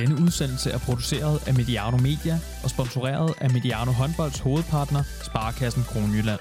Denne udsendelse er produceret af Mediano Media og sponsoreret af Mediano Håndbolds hovedpartner, Sparekassen Kronjylland.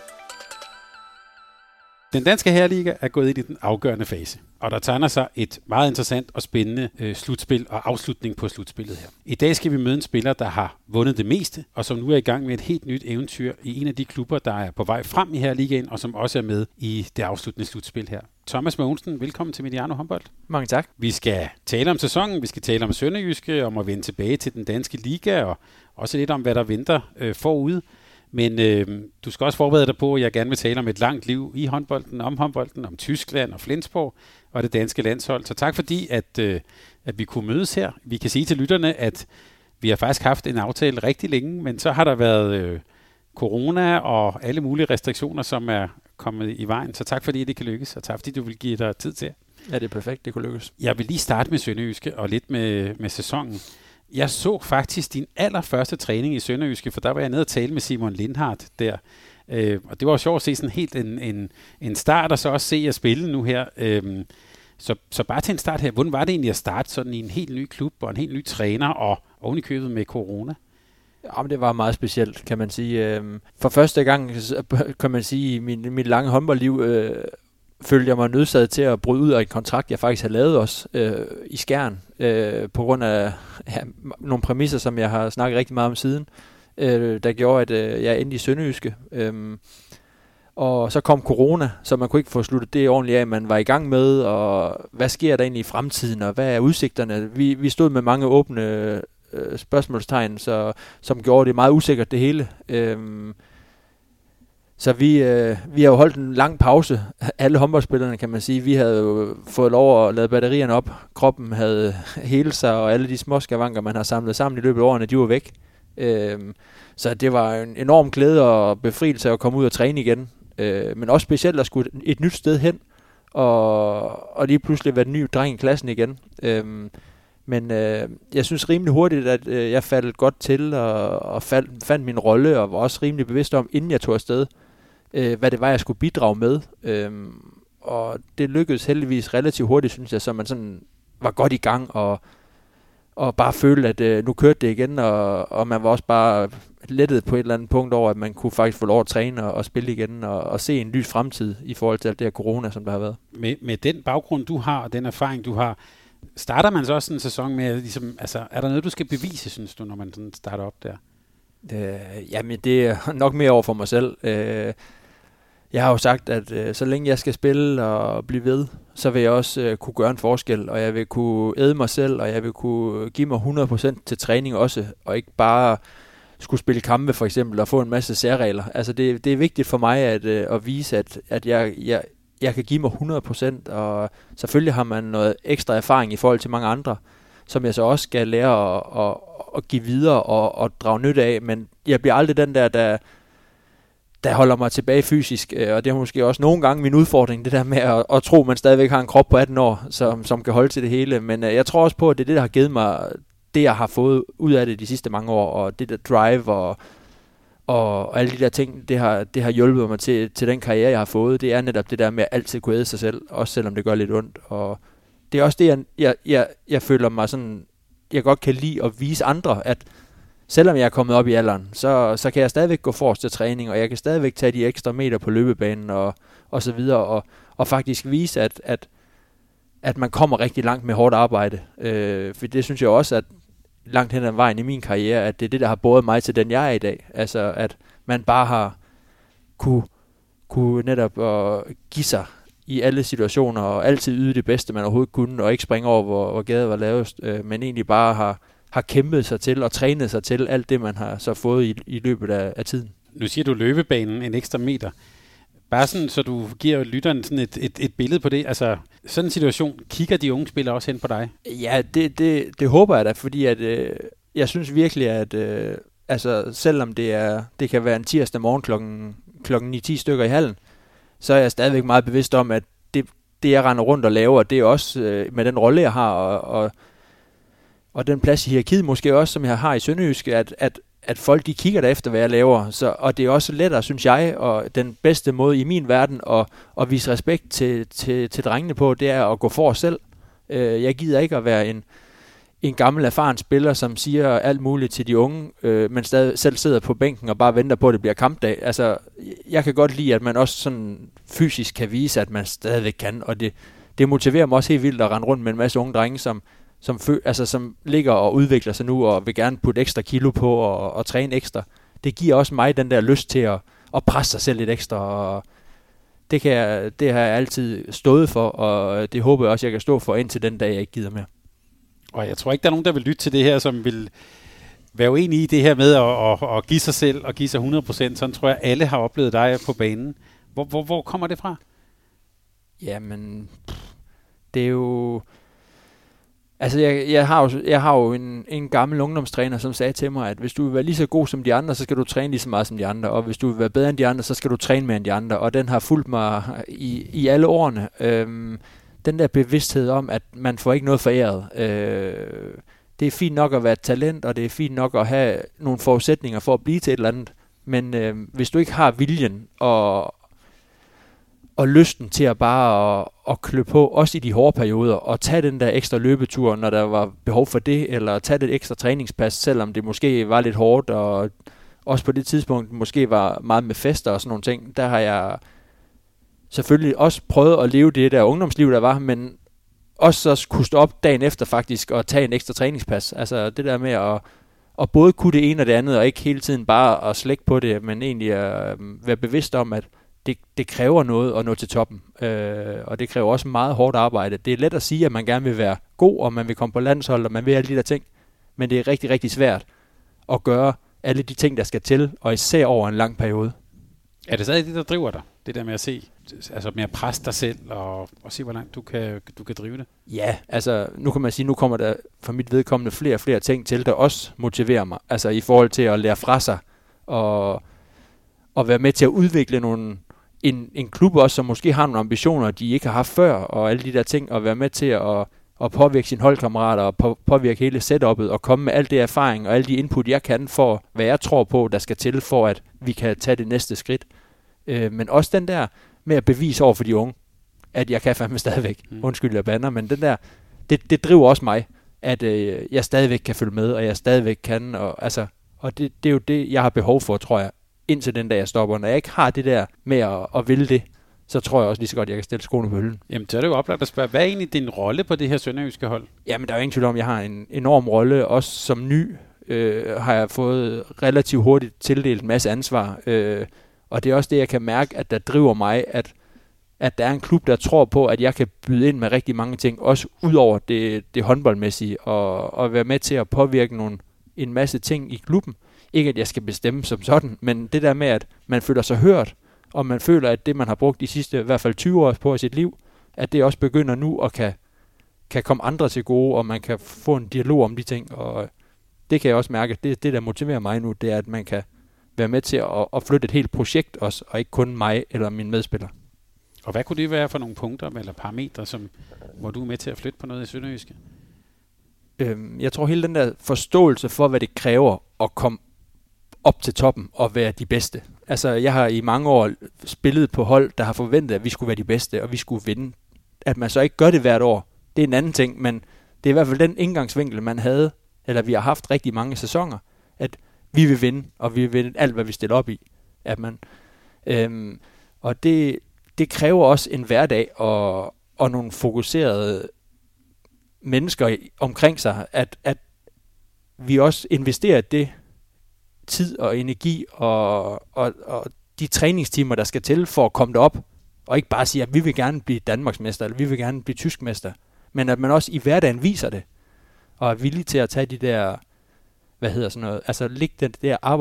Den danske herreliga er gået ind i den afgørende fase, og der tegner sig et meget interessant og spændende slutspil og afslutning på slutspillet her. I dag skal vi møde en spiller, der har vundet det meste, og som nu er i gang med et helt nyt eventyr i en af de klubber, der er på vej frem i herreligaen, og som også er med i det afsluttende slutspil her. Thomas Mogensen, velkommen til Mediano Håndbold. Mange tak. Vi skal tale om sæsonen, vi skal tale om Sønderjyske, om at vende tilbage til den danske liga, og også lidt om, hvad der venter forude. Men du skal også forberede dig på, at jeg gerne vil tale om et langt liv i håndbolden, om Tyskland og Flensborg og det danske landshold. Så tak fordi, at vi kunne mødes her. Vi kan sige til lytterne, at vi har faktisk haft en aftale rigtig længe, men så har der været corona og alle mulige restriktioner, som er kommet i vejen. Så tak fordi det kan lykkes, og tak fordi du vil give dig tid til. Ja, det er perfekt, det kunne lykkes. Jeg vil lige starte med Sønderjyske og lidt med sæsonen. Jeg så faktisk din allerførste træning i Sønderjyske, for der var jeg nede og tale med Simon Lindhardt der. Og det var jo sjovt at se sådan helt en start, og så også se jer spille nu her. Så bare til en start her, hvordan var det egentlig at starte sådan i en helt ny klub og en helt ny træner, og oven i købet med corona? Ja, men det var meget specielt, kan man sige. For første gang, kan man sige, i mit lange håndboldliv, følte jeg mig nødsaget til at bryde ud af en kontrakt, jeg faktisk havde lavet også i Skjern, på grund af nogle præmisser, som jeg har snakket rigtig meget om siden, der gjorde, at jeg endte i Sønderjyske. Og så kom corona, så man kunne ikke få sluttet det ordentligt af, man var i gang med, og hvad sker der egentlig i fremtiden, og hvad er udsigterne? Vi stod med mange åbne spørgsmålstegn, som gjorde det meget usikkert det hele. Så vi har jo holdt en lang pause, alle håndboldspillerne kan man sige. Vi havde jo fået lov at lade batterierne op, kroppen havde helet sig, og alle de små skavanker, man har samlet sammen i løbet af årene, de var væk. Så det var en enorm glæde og befrielse at komme ud og træne igen. Men også specielt at skulle et nyt sted hen, og lige pludselig være en ny dreng i klassen igen. Men jeg synes rimelig hurtigt, at jeg faldt godt til og fandt min rolle, og var også rimelig bevidst om, inden jeg tog afsted, hvad det var, jeg skulle bidrage med. Og det lykkedes heldigvis relativt hurtigt, synes jeg, så man sådan var godt i gang, og bare følte, at nu kørte det igen, og man var også bare lettet på et eller andet punkt over, at man kunne faktisk få lov at træne og spille igen, og se en lys fremtid i forhold til alt det her corona, som der har været. Med den baggrund, du har, og den erfaring, du har, starter man så også en sæson med, ligesom, altså, er der noget, du skal bevise, synes du, når man sådan starter op der? Jamen, det er nok mere over for mig selv. Jeg har jo sagt, at så længe jeg skal spille og blive ved, så vil jeg også kunne gøre en forskel, og jeg vil kunne æde mig selv, og jeg vil kunne give mig 100% til træning også, og ikke bare skulle spille kampe for eksempel, og få en masse særregler. Altså, det er vigtigt for mig at vise, at jeg kan give mig 100%, og selvfølgelig har man noget ekstra erfaring i forhold til mange andre, som jeg så også skal lære at give videre og drage nytte af, men jeg bliver aldrig den der holder mig tilbage fysisk, og det er måske også nogle gange min udfordring, det der med at tro, at man stadigvæk har en krop på 18 år, som kan holde til det hele, men jeg tror også på, at det er det, der har givet mig det, jeg har fået ud af det de sidste mange år, og det der drive og alle de der ting, det har hjulpet mig til den karriere, jeg har fået. Det er netop det der med at altid kunne æde sig selv, også selvom det gør lidt ondt. Og det er også det, jeg føler mig sådan, jeg godt kan lide at vise andre, at selvom jeg er kommet op i alderen, så kan jeg stadigvæk gå forrest til træning, og jeg kan stadigvæk tage de ekstra meter på løbebanen og så videre, og faktisk vise, at man kommer rigtig langt med hårdt arbejde. For det synes jeg også, at langt hen ad vejen i min karriere, at det er det, der har båret mig til den, jeg er i dag. Altså, at man bare har kunne netop give sig i alle situationer, og altid yde det bedste, man overhovedet kunne, og ikke springe over, hvor gaden var lavest, men egentlig bare har kæmpet sig til og trænet sig til alt det, man har så fået i løbet af tiden. Nu siger du løbebanen en ekstra meter. Bare sådan, så du giver lytteren sådan et billede på det. Altså, sådan en situation, kigger de unge spillere også hen på dig? Ja, det håber jeg da, fordi at, jeg synes virkelig, at altså, selvom det kan være en tirsdag morgen klokken 9-10 stykker i hallen, så er jeg stadigvæk meget bevidst om, at det jeg render rundt og laver, det er også med den rolle, jeg har, og den plads i hierarkiet måske også, som jeg har i Sønderjyske, at folk de kigger efter, hvad jeg laver. Og det er også lettere, synes jeg, og den bedste måde i min verden at vise respekt til drengene på, det er at gå for os selv. Jeg gider ikke at være en gammel erfaren spiller, som siger alt muligt til de unge, men stadig selv sidder på bænken og bare venter på, at det bliver kampdag. Altså, jeg kan godt lide, at man også sådan fysisk kan vise, at man stadigvæk kan, og det motiverer mig også helt vildt at rende rundt med en masse unge drenge, som ligger og udvikler sig nu, og vil gerne putte ekstra kilo på og træne ekstra. Det giver også mig den der lyst til at presse sig selv lidt ekstra, og det har jeg altid stået for, og det håber jeg også, jeg kan stå for indtil den dag, jeg ikke gider mere. Og jeg tror ikke, der er nogen, der vil lytte til det her, som vil være uenig i det her med at give sig selv og give sig 100%. Sådan tror jeg, alle har oplevet dig på banen. Hvor kommer det fra? Jamen, det er jo... Altså, jeg har jo en gammel ungdomstræner, som sagde til mig, at hvis du vil være lige så god som de andre, så skal du træne lige så meget som de andre. Og hvis du vil være bedre end de andre, så skal du træne mere end de andre. Og den har fulgt mig i alle årene. Den der bevidsthed om, at man får ikke noget foræret. Det er fint nok at være et talent, og det er fint nok at have nogle forudsætninger for at blive til et eller andet. Men hvis du ikke har viljen og lysten til at bare at klø på, også i de hårde perioder, og tage den der ekstra løbetur, når der var behov for det, eller tage det ekstra træningspas, selvom det måske var lidt hårdt, og også på det tidspunkt måske var meget med fester og sådan nogle ting. Der har jeg selvfølgelig også prøvet at leve det der ungdomsliv, der var, men også så kunne stå op dagen efter faktisk og tage en ekstra træningspas. Altså det der med at både kunne det ene og det andet, og ikke hele tiden bare at slække på det, men egentlig at være bevidst om, at det kræver noget at nå til toppen. Og det kræver også meget hårdt arbejde. Det er let at sige, at man gerne vil være god, og man vil komme på landshold, og man vil alle de der ting, men det er rigtig, rigtig svært at gøre alle de ting, der skal til, og især over en lang periode. Er det stadig det, der driver dig? Det der med at se, altså med at presse dig selv, og se, hvor langt du kan drive det? Ja, altså nu kan man sige, nu kommer der for mit vedkommende flere og flere ting til, der også motiverer mig. Altså i forhold til at lære fra sig, og være med til at udvikle en klub også, som måske har nogle ambitioner, de ikke har haft før, og alle de der ting, og være med til at påvirke sine holdkammerater, og påvirke hele setup'et, og komme med al det erfaring, og alle de input, jeg kan, for hvad jeg tror på, der skal til, for at vi kan tage det næste skridt. Men også den der med at bevise over for de unge, at jeg kan fandme stadigvæk, undskyld jeg bander, men den der, det driver også mig, at jeg stadigvæk kan følge med, og jeg stadigvæk kan, og det er jo det, jeg har behov for, tror jeg, indtil den dag, jeg stopper. Når jeg ikke har det der med at ville det, så tror jeg også lige så godt, jeg kan stille skoene på hylden. Jamen, så er det jo oplagt at spørge, hvad er egentlig din rolle på det her sønderjyske hold? Jamen, der er jo ingen tvivl om, jeg har en enorm rolle. Også som ny har jeg fået relativt hurtigt tildelt en masse ansvar. Og det er også det, jeg kan mærke, at der driver mig, at der er en klub, der tror på, at jeg kan byde ind med rigtig mange ting, også ud over det håndboldmæssige, og være med til at påvirke en masse ting i klubben. Ikke at jeg skal bestemme som sådan, men det der med, at man føler sig hørt, og man føler, at det, man har brugt de sidste i hvert fald 20 år på i sit liv, at det også begynder nu og kan komme andre til gode, og man kan få en dialog om de ting. Og det kan jeg også mærke, det der motiverer mig nu, det er, at man kan være med til at flytte et helt projekt også, og ikke kun mig eller mine medspillere. Og hvad kunne det være for nogle punkter eller parametre, hvor du er med til at flytte på noget i Sønderjyske? Jeg tror hele den der forståelse for, hvad det kræver at komme op til toppen og være de bedste. Altså, jeg har i mange år spillet på hold, der har forventet, at vi skulle være de bedste, og vi skulle vinde. At man så ikke gør det hvert år, det er en anden ting, men det er i hvert fald den indgangsvinkel, man havde, eller vi har haft rigtig mange sæsoner, at vi vil vinde, og vi vil vinde alt, hvad vi stiller op i. At man, og det kræver også en hverdag og nogle fokuserede mennesker omkring sig, at vi også investerer det tid og energi og de træningstimer, der skal til for at komme derop, og ikke bare sige, at vi vil gerne blive Danmarksmester, eller vi vil gerne blive tyskmester, men at man også i hverdagen viser det, og er villig til at tage de der, altså lægge den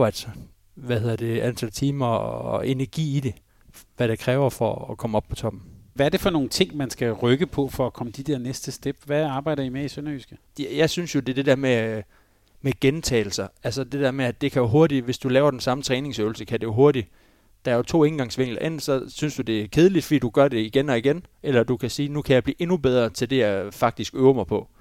der antal timer og energi i det, hvad det kræver for at komme op på toppen. Hvad er det for nogle ting, man skal rykke på for at komme de der næste step? Hvad arbejder I med i Sønderjyske? Jeg synes jo, det er det der med gentagelser. Altså det der med, at det kan jo hurtigt, hvis du laver den samme træningsøvelse, kan det jo hurtigt. Der er jo 2 indgangsvinkler. Enten så synes du, det er kedeligt, fordi du gør det igen og igen, eller du kan sige, nu kan jeg blive endnu bedre til det, jeg faktisk øver mig på.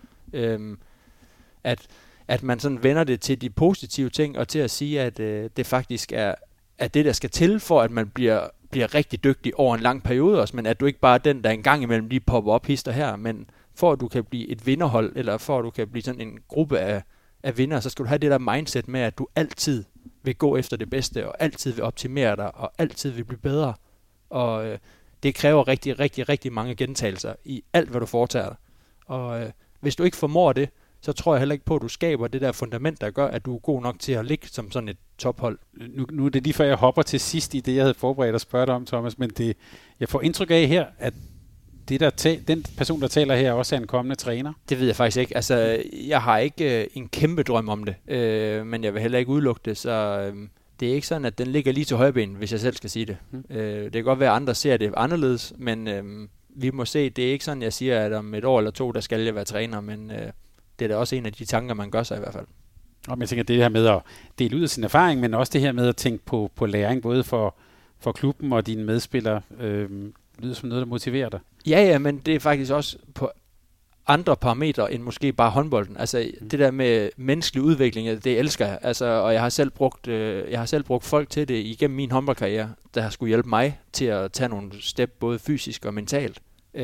At man sådan vender det til de positive ting, og til at sige, at det faktisk er det, der skal til, for at man bliver rigtig dygtig over en lang periode også, men at du ikke bare er den, der en gang imellem lige popper op hister her, men for at du kan blive et vinderhold, eller for at du kan blive sådan en gruppe af vindere, så skal du have det der mindset med, at du altid vil gå efter det bedste, og altid vil optimere dig, og altid vil blive bedre. Og det kræver rigtig, rigtig, rigtig mange gentagelser i alt, hvad du foretager dig. Og hvis du ikke formår det, så tror jeg heller ikke på, at du skaber det der fundament, der gør, at du er god nok til at ligge som sådan et tophold. Nu er det lige før, jeg hopper til sidst i det, jeg havde forberedt at spørge dig om, Thomas, men jeg får indtryk af her, at den person, der taler her, også er en kommende træner. Det ved jeg faktisk ikke. Altså, jeg har ikke en kæmpe drøm om det, men jeg vil heller ikke udelukke det, så det er ikke sådan, at den ligger lige til højreben, hvis jeg selv skal sige det. Det kan godt være, at andre ser det anderledes, men vi må se, det er ikke sådan, jeg siger, at om et år eller to, der skal jeg være træner, men det er da også en af de tanker, man gør sig i hvert fald. Og jeg tænker, det her med at dele ud af sin erfaring, men også det her med at tænke på læring, både for klubben og dine medspillere, lyder som noget, der motiverer dig. Ja, men det er faktisk også på andre parametre end måske bare håndbolden. Altså det der med menneskelig udvikling, det elsker jeg. Altså, og jeg har selv brugt folk til det igennem min håndboldkarriere, der har skulle hjælpe mig til at tage nogle step, både fysisk og mentalt.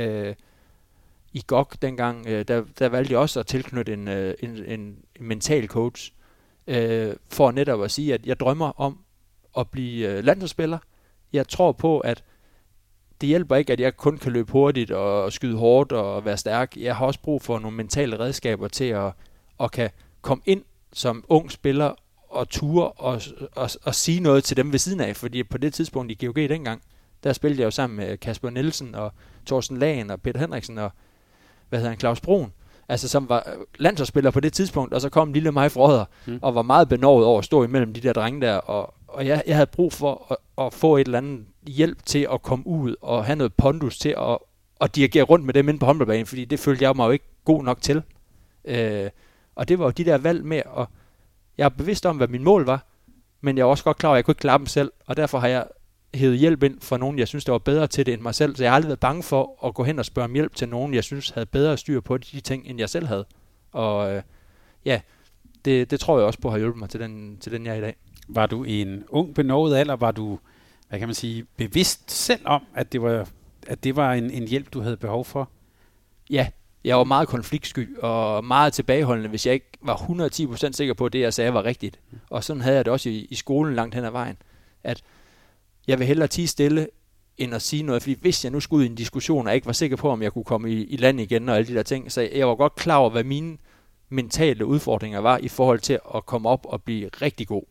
I GOG dengang, der valgte jeg også at tilknytte en mental coach, for netop at sige, at jeg drømmer om at blive landsholdsspiller. Jeg tror på, at det hjælper ikke, at jeg kun kan løbe hurtigt og skyde hårdt og være stærk. Jeg har også brug for nogle mentale redskaber til at kan komme ind som ung spiller og ture og sige noget til dem ved siden af. Fordi på det tidspunkt i GOG dengang, der spillede jeg jo sammen med Kasper Nielsen og Thorsten Lagen og Peter Henriksen og Claus Broen. Altså som var landsholdsspiller på det tidspunkt, og så kom lille mig fra Odder og var meget benovet over at stå imellem de der drenge der. Og jeg havde brug for at få et eller andet hjælp til at komme ud og have noget pondus til at dirigere rundt med dem inde på håndboldbanen, fordi det følte jeg mig jo ikke god nok til. Og det var jo de der valg med, og jeg er bevidst om, hvad min mål var, men jeg var også godt klar over, at jeg kunne ikke klare dem selv, og derfor har jeg hævet hjælp ind fra nogen, jeg synes, der var bedre til det end mig selv, så jeg har aldrig været bange for at gå hen og spørge om hjælp til nogen, jeg synes havde bedre styr på de ting, end jeg selv havde. Og det tror jeg også på har hjulpet mig til den jeg er i dag. Var du i en ung benovet alder, var du, hvad kan man sige, bevidst selv om, at det var en hjælp, du havde behov for? Ja, jeg var meget konfliktsky og meget tilbageholdende, hvis jeg ikke var 110% sikker på, at det, jeg sagde, var rigtigt. Og sådan havde jeg det også i skolen langt hen ad vejen, at jeg vil hellere tie stille, end at sige noget, fordi hvis jeg nu skulle ud i en diskussion, og ikke var sikker på, om jeg kunne komme i land igen og alle de der ting, så jeg var godt klar over, hvad mine mentale udfordringer var i forhold til at komme op og blive rigtig god.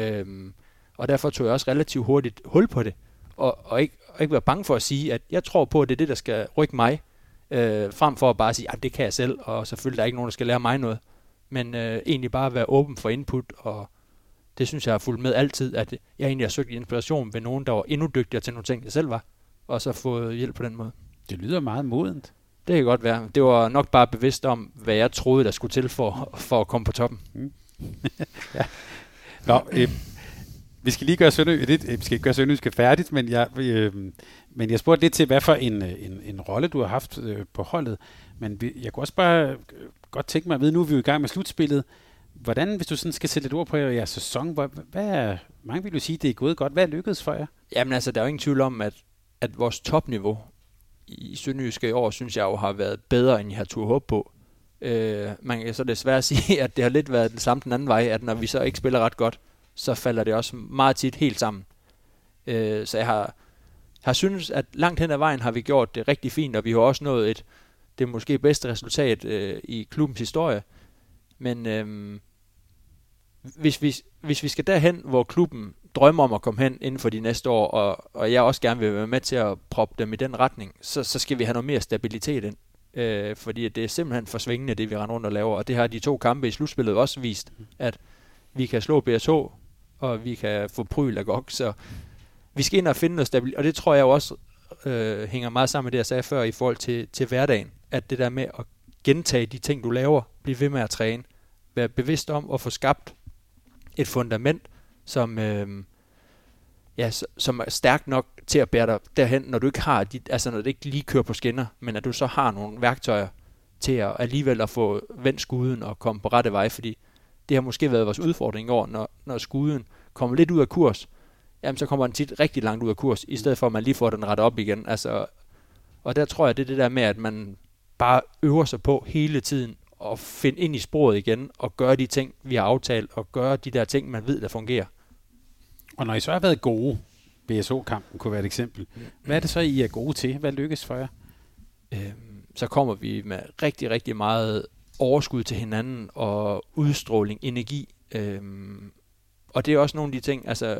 Og derfor tog jeg også relativt hurtigt hul på det, og ikke være bange for at sige, at jeg tror på, at det er det, der skal rykke mig, frem for at bare sige, at det kan jeg selv, og selvfølgelig der er ikke nogen, der skal lære mig noget, men egentlig bare være åben for input, og det synes jeg har fulgt med altid, at jeg egentlig har søgt inspiration ved nogen, der var endnu dygtigere til nogle ting, jeg selv var, og så fået hjælp på den måde. Det lyder meget modent. Det kan godt være. Det var nok bare bevidst om, hvad jeg troede, der skulle til for at komme på toppen. Ja. Nå, vi skal lige gøre Sønderjyske færdigt, men jeg spurgte lidt til, hvad for en rolle du har haft på holdet. Men jeg kunne også bare godt tænke mig at vide, nu er vi jo i gang med slutspillet. Hvordan, hvis du sådan skal sætte lidt ord på jeres sæson, mange vil jo sige, det er gået godt. Hvad er lykkedes for jer? Jamen altså, der er jo ingen tvivl om, at vores topniveau i Sønderjyske i år, synes jeg jo har været bedre, end jeg har turde håbe på. Man kan så desværre sige, at det har lidt været det samme den anden vej, at når vi så ikke spiller ret godt, så falder det også meget tit helt sammen. Så jeg har synes, at langt hen ad vejen har vi gjort det rigtig fint, og vi har også nået det måske bedste resultat i klubbens historie. Men hvis vi skal derhen, hvor klubben drømmer om at komme hen inden for de næste år, og jeg også gerne vil være med til at proppe dem i den retning, så skal vi have noget mere stabilitet ind. Fordi det er simpelthen for svingende, det vi render rundt og laver, og det har de 2 kampe i slutspillet også vist, at vi kan slå BSH, og vi kan få Pryl af GOG, så vi skal ind og finde noget stabilitet, og det tror jeg også hænger meget sammen med det, jeg sagde før i forhold til hverdagen, at det der med at gentage de ting, du laver, blive ved med at træne, være bevidst om at få skabt et fundament, som er stærkt nok til at bære dig derhen, når du ikke har, når det ikke lige kører på skinner, men at du så har nogle værktøjer til at alligevel at få vendt skuden og komme på rette vej, fordi det har måske været vores udfordring i år, når skuden kommer lidt ud af kurs, jamen så kommer den tit rigtig langt ud af kurs, i stedet for at man lige får den rettet op igen. Altså, og der tror jeg, det er det der med, at man bare øver sig på hele tiden at finde ind i sporet igen, og gøre de ting, vi har aftalt, og gøre de der ting, man ved, der fungerer. Og når I så har været gode, BSO-kampen kunne være et eksempel, hvad er det så, I er gode til? Hvad lykkes for jer? Så kommer vi med rigtig, rigtig meget overskud til hinanden, og udstråling, energi. Og det er også nogle af de ting, altså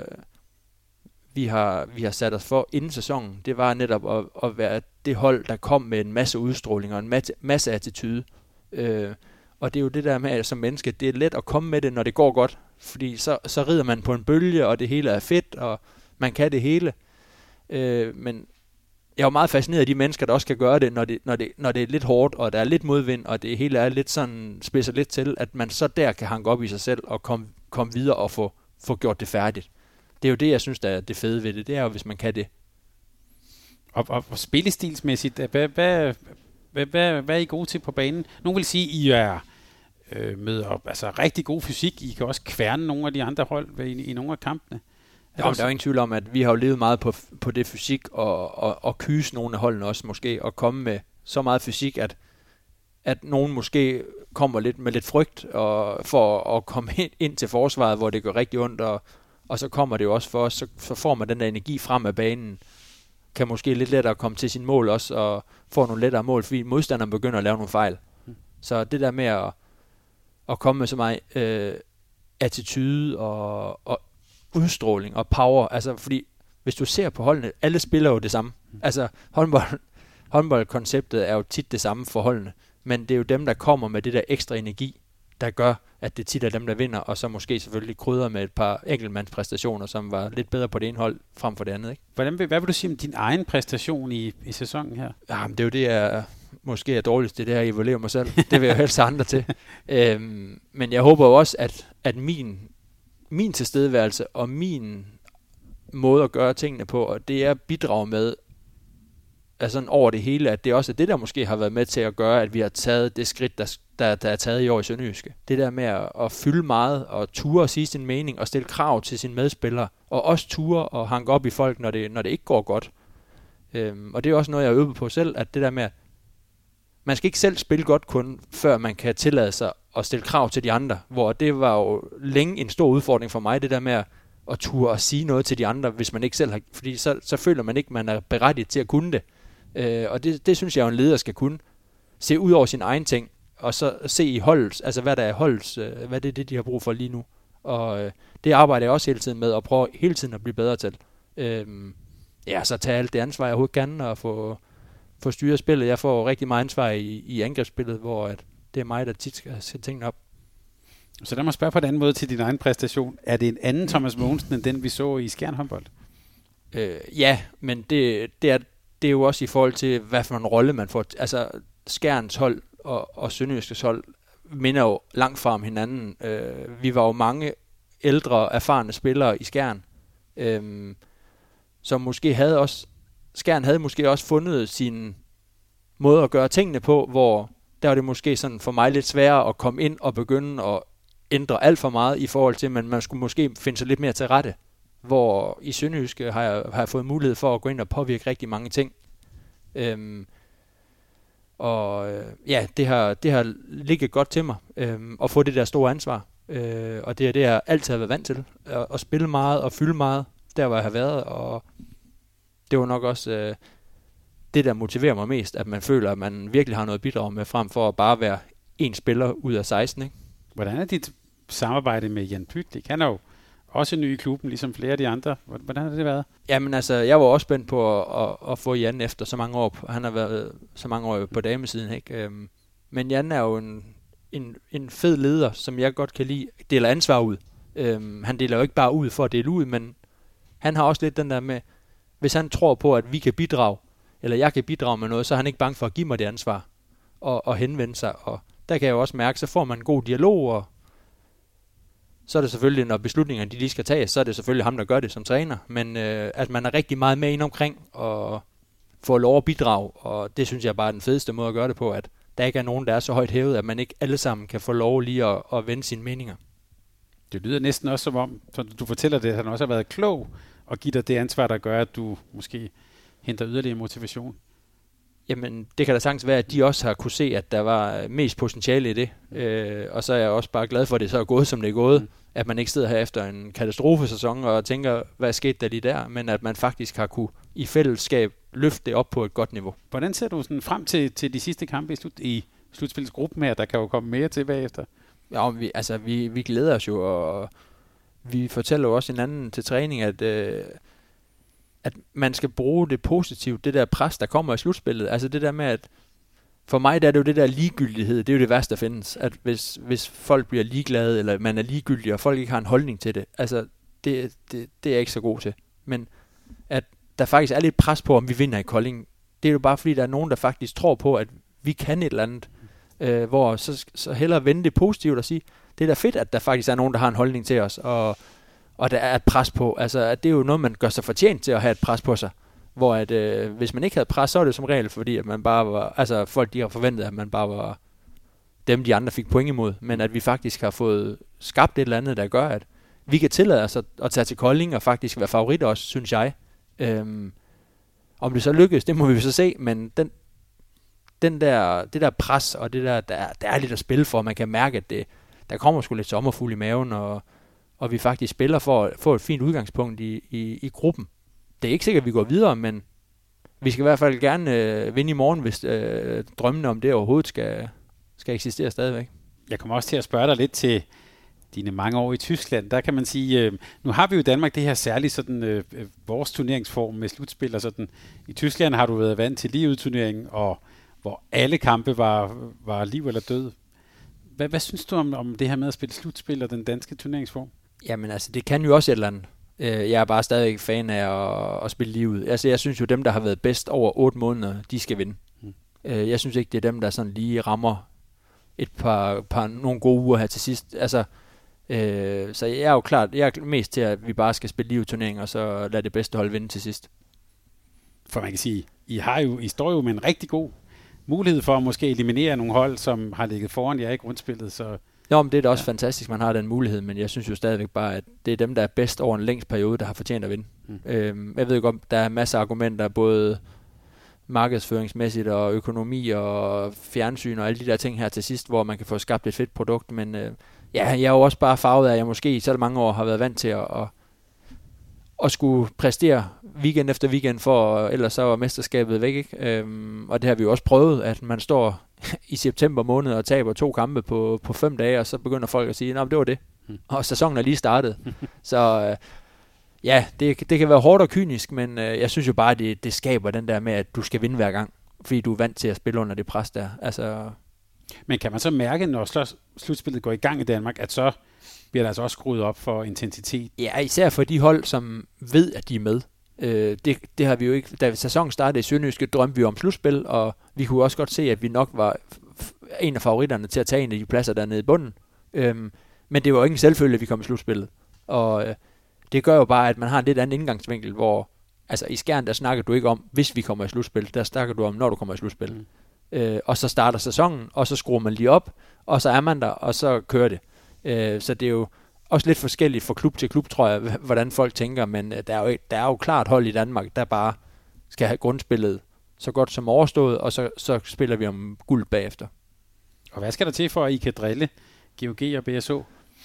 vi har sat os for inden sæsonen. Det var netop at være det hold, der kom med en masse udstråling og en masse attitude. Og det er jo det der med, at som menneske, det er let at komme med det, når det går godt. Fordi så rider man på en bølge, og det hele er fedt, og man kan det hele. Men jeg er jo meget fascineret af de mennesker, der også kan gøre det, når det er lidt hårdt, og der er lidt modvind, og det hele er lidt sådan, spidser lidt til, at man så der kan hanke op i sig selv, og komme videre og få gjort det færdigt. Det er jo det, jeg synes, der er det fede ved det. Det er jo, hvis man kan det. Og spillestilsmæssigt, hvad er I gode til på banen? Nogle vil sige, I er med op, altså rigtig god fysik. I kan også kværne nogle af de andre hold i nogle af kampene. Der er jo ingen tvivl om, at vi har jo levet meget på det fysik, og kyse nogle af holdene også måske, og komme med så meget fysik, at nogen måske kommer lidt med lidt frygt for at komme ind til forsvaret, hvor det gør rigtig ondt, og så kommer det jo også for os, så får man den der energi frem af banen, kan måske lidt lettere komme til sin mål også, og få nogle lettere mål, fordi modstanderen begynder at lave nogle fejl. Så det der med at komme med så meget attitude og udstråling og power, altså fordi hvis du ser på holdene, alle spiller jo det samme. Altså håndboldkonceptet er jo tit det samme for holdene, men det er jo dem, der kommer med det der ekstra energi, der gør, at det tit er dem, der vinder, og så måske selvfølgelig krydder med et par enkeltmandspræstationer, som var lidt bedre på det ene hold frem for det andet. Ikke? Hvad vil du sige om din egen præstation i sæsonen her? Jamen, det er jo det, jeg måske er dårligst, det er det, jeg evaluerer mig selv. Det vil jeg helst andre til. Men jeg håber jo også, at min tilstedeværelse og min måde at gøre tingene på, og det er at bidrage med altså over det hele, at det også er det, der måske har været med til at gøre, at vi har taget det skridt, der er taget i år i Sønderjyske. Det der med at fylde meget, og ture og sige sin mening, og stille krav til sine medspillere, og også ture og hanke op i folk, når det ikke går godt. Og det er også noget, jeg har øvet på selv, at det der med, man skal ikke selv spille godt kun, før man kan tillade sig at stille krav til de andre, hvor det var jo længe en stor udfordring for mig, det der med at ture og sige noget til de andre, hvis man ikke selv har, fordi så føler man ikke, man er berettiget til at kunne det. Og det synes jeg jo en leder skal kunne. Se ud over sin egen ting, og så se i holdets, altså hvad der er holdets, hvad det er de har brug for lige nu. Og det arbejder jeg også hele tiden med, og prøver hele tiden at blive bedre til. Så tage alt det ansvar, jeg overhovedet kan, og få styret spillet. Jeg får rigtig meget ansvar i angrebsspillet, hvor det er mig, der tit skal sætte tingene op. Så lad mig spørge på en anden måde til din egen præstation. Er det en anden Thomas Mogensen, end den vi så i Skjern håndbold? Ja, men det er jo også i forhold til, hvad for en rolle man får. Altså, Skjerns hold og Sønderjyskes hold minder jo langt fra om hinanden. Vi var jo mange ældre, erfarne spillere i Skjern, som måske havde også, Skjern havde måske også fundet sin måde at gøre tingene på, hvor der var det måske sådan for mig lidt sværere at komme ind og begynde at ændre alt for meget i forhold til, men man skulle måske finde sig lidt mere til rette. Hvor i Sønderjyske har jeg fået mulighed for at gå ind og påvirke rigtig mange ting. Det har ligget godt til mig at få det der store ansvar. Og det er det, jeg altid har været vant til. At spille meget og fylde meget, der hvor jeg har været. Og det var nok også det, der motiverer mig mest, at man føler, at man virkelig har noget at bidrage med, frem for at bare være en spiller ud af 16. Ikke? Hvordan er dit samarbejde med Jan Pytlik? Han er jo også ny i klubben, ligesom flere af de andre. Hvordan har det været? Jamen altså, jeg var også spændt på at få Jan efter så mange år. Han har været så mange år på damesiden, ikke? Men Jan er jo en fed leder, som jeg godt kan lide. Deler ansvar ud. Han deler jo ikke bare ud for at dele ud, men han har også lidt den der med, hvis han tror på, at vi kan bidrage, eller jeg kan bidrage med noget, så er han ikke bange for at give mig det ansvar og henvende sig. Og der kan jeg jo også mærke, så får man en god dialog, og så er det selvfølgelig, når beslutningerne de lige skal tages, så er det selvfølgelig ham, der gør det som træner. Men at man er rigtig meget med ind omkring og får lov at bidrage, og det synes jeg bare er den fedeste måde at gøre det på, at der ikke er nogen, der er så højt hævet, at man ikke alle sammen kan få lov lige at vende sine meninger. Det lyder næsten også som om, så du fortæller det, at han også har været klog og give dig det ansvar, der gør, at du måske henter yderligere motivation. Jamen, det kan da sagtens være, at de også har kunne se, at der var mest potentiale i det. Og så er jeg også bare glad for, at det så er gået, som det er gået. At man ikke sidder her efter en katastrofesæson og tænker, hvad skete der lige der? Men at man faktisk har kunne i fællesskab løfte det op på et godt niveau. Hvordan ser du sådan frem til de sidste kampe i slutspilsgruppen her? Der kan jo komme mere til bagefter. Ja, vi glæder os jo, og vi fortæller jo også hinanden til træning, at man skal bruge det positivt, det der pres, der kommer i slutspillet. Altså det der med, at for mig der er det jo det der ligegyldighed, det er jo det værste, der findes. At hvis folk bliver ligeglade, eller man er ligegyldig, og folk ikke har en holdning til det, altså det er jeg ikke så god til. Men at der faktisk er lidt pres på, om vi vinder i Kolding, det er jo bare fordi, der er nogen, der faktisk tror på, at vi kan et eller andet, hvor så hellere vende det positivt og sige, det er da fedt, at der faktisk er nogen, der har en holdning til os, og der er et pres på. Altså, at det er jo noget, man gør sig fortjent til at have et pres på sig. Hvor at, hvis man ikke havde pres, så er det som regel, fordi at man bare var, altså folk de har forventet, at man bare var dem, de andre fik point imod. Men at vi faktisk har fået skabt et eller andet, der gør, at vi kan tillade os at tage til Kolding og faktisk være favoritter også, synes jeg. Om det så lykkes, det må vi så se, men det der pres, og det der er lidt at spille for, man kan mærke, at der kommer sgu lidt sommerfugl i maven, og vi faktisk spiller for at få et fint udgangspunkt i gruppen. Det er ikke sikkert, at vi går videre, men vi skal i hvert fald gerne vinde i morgen, hvis drømmene om det overhovedet skal eksistere stadigvæk. Jeg kommer også til at spørge dig lidt til dine mange år i Tyskland. Der kan man sige, nu har vi jo i Danmark det her særlige sådan, vores turneringsform med slutspil og sådan. I Tyskland har du været vant til ligeudturneringen, og hvor alle kampe var liv eller død. Hvad synes du om det her med at spille slutspil og den danske turneringsform? Jamen altså, det kan jo også et eller andet. Jeg er bare stadig fan af at spille livet. Altså, jeg synes jo, dem, der har været bedst over 8 måneder, de skal vinde. Jeg synes ikke, det er dem, der sådan lige rammer et par nogle gode uger her til sidst. Altså, så jeg er jo klart, jeg er mest til, at vi bare skal spille livet-turnering, og så lade det bedste hold vinde til sidst. For man kan sige, I står jo med en rigtig god mulighed for at måske eliminere nogle hold, som har ligget foran jer i grundspillet, så... Jo, men det er da også fantastisk, man har den mulighed, men jeg synes jo stadigvæk bare, at det er dem, der er bedst over en længst periode, der har fortjent at vinde. Jeg ved godt, der er masser af argumenter, både markedsføringsmæssigt og økonomi og fjernsyn og alle de der ting her til sidst, hvor man kan få skabt et fedt produkt, men jeg er jo også bare farvet af, at jeg måske i så mange år har været vant til at skulle præstere weekend efter weekend, for ellers så var mesterskabet væk, ikke? Og det har vi jo også prøvet, at man står i september måned og taber 2 kampe på 5 dage, og så begynder folk at sige, nå, det var det. Og sæsonen er lige startet. Så ja, det kan være hårdt og kynisk, men jeg synes jo bare, at det skaber den der med, at du skal vinde hver gang, fordi du er vant til at spille under det pres der. Altså... Men kan man så mærke, når slutspillet går i gang i Danmark, at så bliver der altså også skruet op for intensitet? Ja, især for de hold, som ved, at de er med. Det har vi jo ikke. Da sæsonen startede i Sønderjyske, drømte vi om slutspil, og vi kunne også godt se, at vi nok var en af favoritterne til at tage en af de pladser dernede i bunden. Men det var jo ikke en selvfølge, at vi kom i slutspillet. Og det gør jo bare, at man har en lidt anden indgangsvinkel, hvor altså i Skjern, der snakker du ikke om, hvis vi kommer i slutspil, der snakker du om, når du kommer i slutspil. Og så starter sæsonen, og så skruer man lige op, og så er man der, og så kører det. Så det er jo også lidt forskelligt fra klub til klub, tror jeg, hvordan folk tænker, men der er jo klart hold i Danmark, der bare skal have grundspillet så godt som overstået, og så spiller vi om guld bagefter. Og hvad skal der til for, at I kan drille GOG og BSO?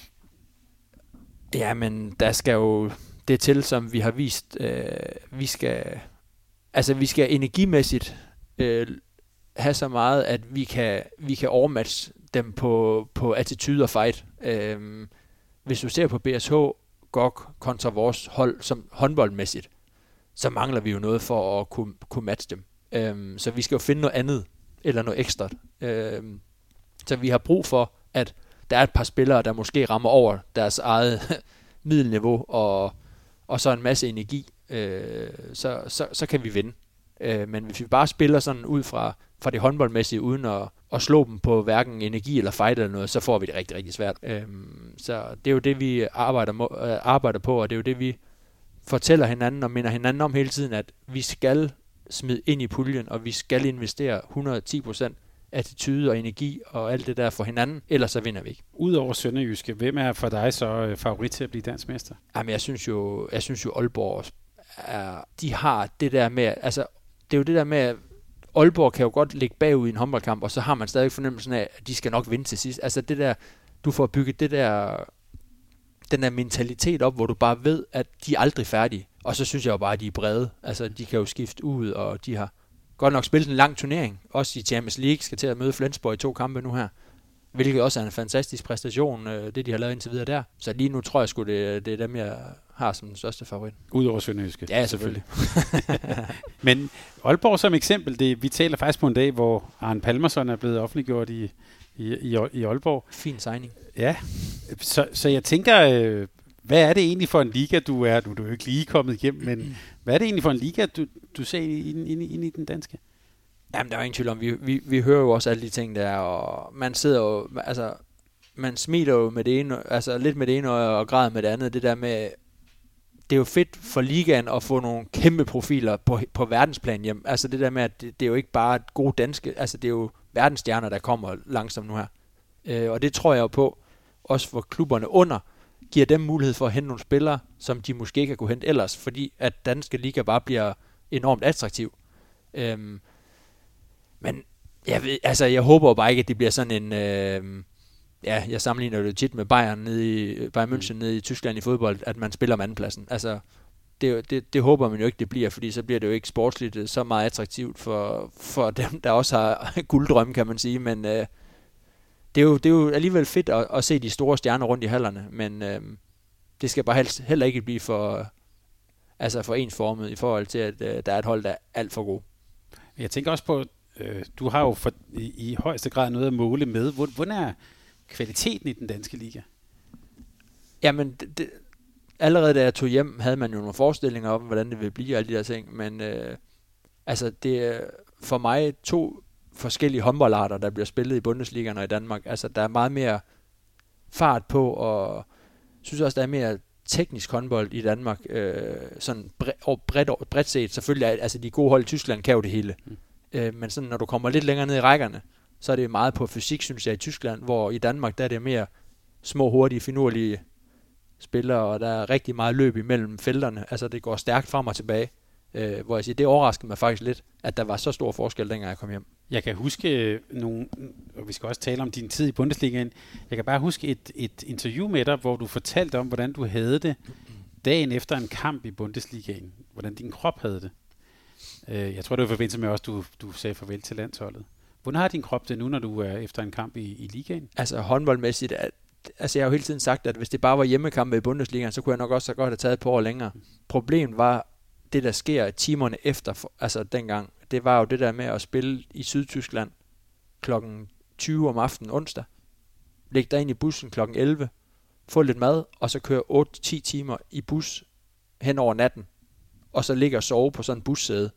Ja, men der skal jo det til, som vi har vist. Vi skal energimæssigt have så meget, at vi kan overmatche dem på attitude og fight. Hvis du ser på BSH, GOG kontra vores hold som håndboldmæssigt, så mangler vi jo noget for at kunne matche dem. Så vi skal jo finde noget andet, eller noget ekstra. Så vi har brug for, at der er et par spillere, der måske rammer over deres eget middelniveau, og så en masse energi, så kan vi vinde. Men hvis vi bare spiller sådan ud fra det håndboldmæssige, uden at slå dem på hverken energi eller fight eller noget, så får vi det rigtig, rigtig svært. Så det er jo det, vi arbejder på, og det er jo det, vi fortæller hinanden og minder hinanden om hele tiden, at vi skal smide ind i puljen, og vi skal investere 110% attitude og energi og alt det der for hinanden, ellers så vinder vi ikke. Udover Sønderjyske, hvem er for dig så favorit til at blive dansk mester? Jamen, jeg synes jo Aalborg de har det der med, altså det er jo det der med Aalborg kan jo godt ligge bagud i en håndboldkamp, og så har man stadig fornemmelsen af, at de skal nok vinde til sidst. Altså det der, du får bygget den der mentalitet op, hvor du bare ved, at de er aldrig færdige. Og så synes jeg jo bare, at de er brede. Altså de kan jo skifte ud, og de har godt nok spillet en lang turnering. Også i Champions League skal til at møde Flensborg i 2 kampe nu her. Hvilket også er en fantastisk præstation, det de har lavet indtil videre der. Så lige nu tror jeg sgu, det er dem, jeg har som den største favorit. Udover Sønderjyske. Ja, selvfølgelig. Men Aalborg som eksempel, vi taler faktisk på en dag, hvor Arne Palmerson er blevet offentliggjort i Aalborg. Fin signing. Ja, så jeg tænker, hvad er det egentlig for en liga, du er? Nu er du jo ikke lige kommet igennem, men hvad er det egentlig for en liga, du ser ind i den danske? Jamen, der er ingen tvivl om, vi hører jo også alle de ting der, og man sidder jo, altså, man smiler jo med det ene, altså lidt med det ene og græder med det andet, det der med, det er jo fedt for ligaen at få nogle kæmpe profiler på verdensplan hjem, altså det der med, at det er jo ikke bare gode danske, altså det er jo verdensstjerner, der kommer langsomt nu her, og det tror jeg jo på, også for klubberne under, giver dem mulighed for at hente nogle spillere, som de måske ikke har kunne hente ellers, fordi at danske liga bare bliver enormt attraktiv. Men jeg håber bare ikke, at det bliver sådan en... jeg sammenligner det tit med Bayern München nede i Tyskland i fodbold, at man spiller om andenpladsen. Altså, det håber man jo ikke, det bliver, fordi så bliver det jo ikke sportsligt så meget attraktivt for dem, der også har gulddrømme, kan man sige. Men det er jo alligevel fedt at se de store stjerner rundt i hallerne, men det skal bare heller ikke blive for ensformet i forhold til, at der er et hold, der er alt for god. Jeg tænker også på, du har jo i højeste grad noget at måle med. Hvordan er kvaliteten i den danske liga? Jamen, allerede da jeg tog hjem, havde man jo nogle forestillinger om, hvordan det ville blive og alle de der ting, men det er for mig 2 forskellige håndboldarter, der bliver spillet i Bundesligaen og i Danmark. Altså, der er meget mere fart på, og synes også, der er mere teknisk håndbold i Danmark, sådan bredt set. Selvfølgelig, altså de gode hold i Tyskland kan jo det hele. Men sådan, når du kommer lidt længere ned i rækkerne, så er det meget på fysik, synes jeg, i Tyskland, hvor i Danmark, der er det mere små, hurtige, finurlige spillere, og der er rigtig meget løb imellem felterne. Altså, det går stærkt frem og tilbage. Hvor jeg siger, det overraskede mig faktisk lidt, at der var så stor forskel, dengang jeg kom hjem. Jeg kan huske og vi skal også tale om din tid i Bundesligaen, jeg kan bare huske et interview med dig, hvor du fortalte om, hvordan du havde det dagen efter en kamp i Bundesligaen. Hvordan din krop havde det. Jeg tror, det var i forbindelse med også, du sagde farvel til landsholdet. Hvordan har din krop det nu, når du er efter en kamp i ligaen? Altså håndboldmæssigt, jeg har jo hele tiden sagt, at hvis det bare var hjemmekampe i Bundesligaen, så kunne jeg nok også så godt have taget et par år længere. Problemet var, det der sker timerne efter, dengang, det var jo det der med at spille i Sydtyskland klokken 20 om aftenen onsdag. Læg dig ind i bussen klokken 11, få lidt mad, og så køre 8-10 timer i bus hen over natten, og så ligge og sove på sådan en bussæde.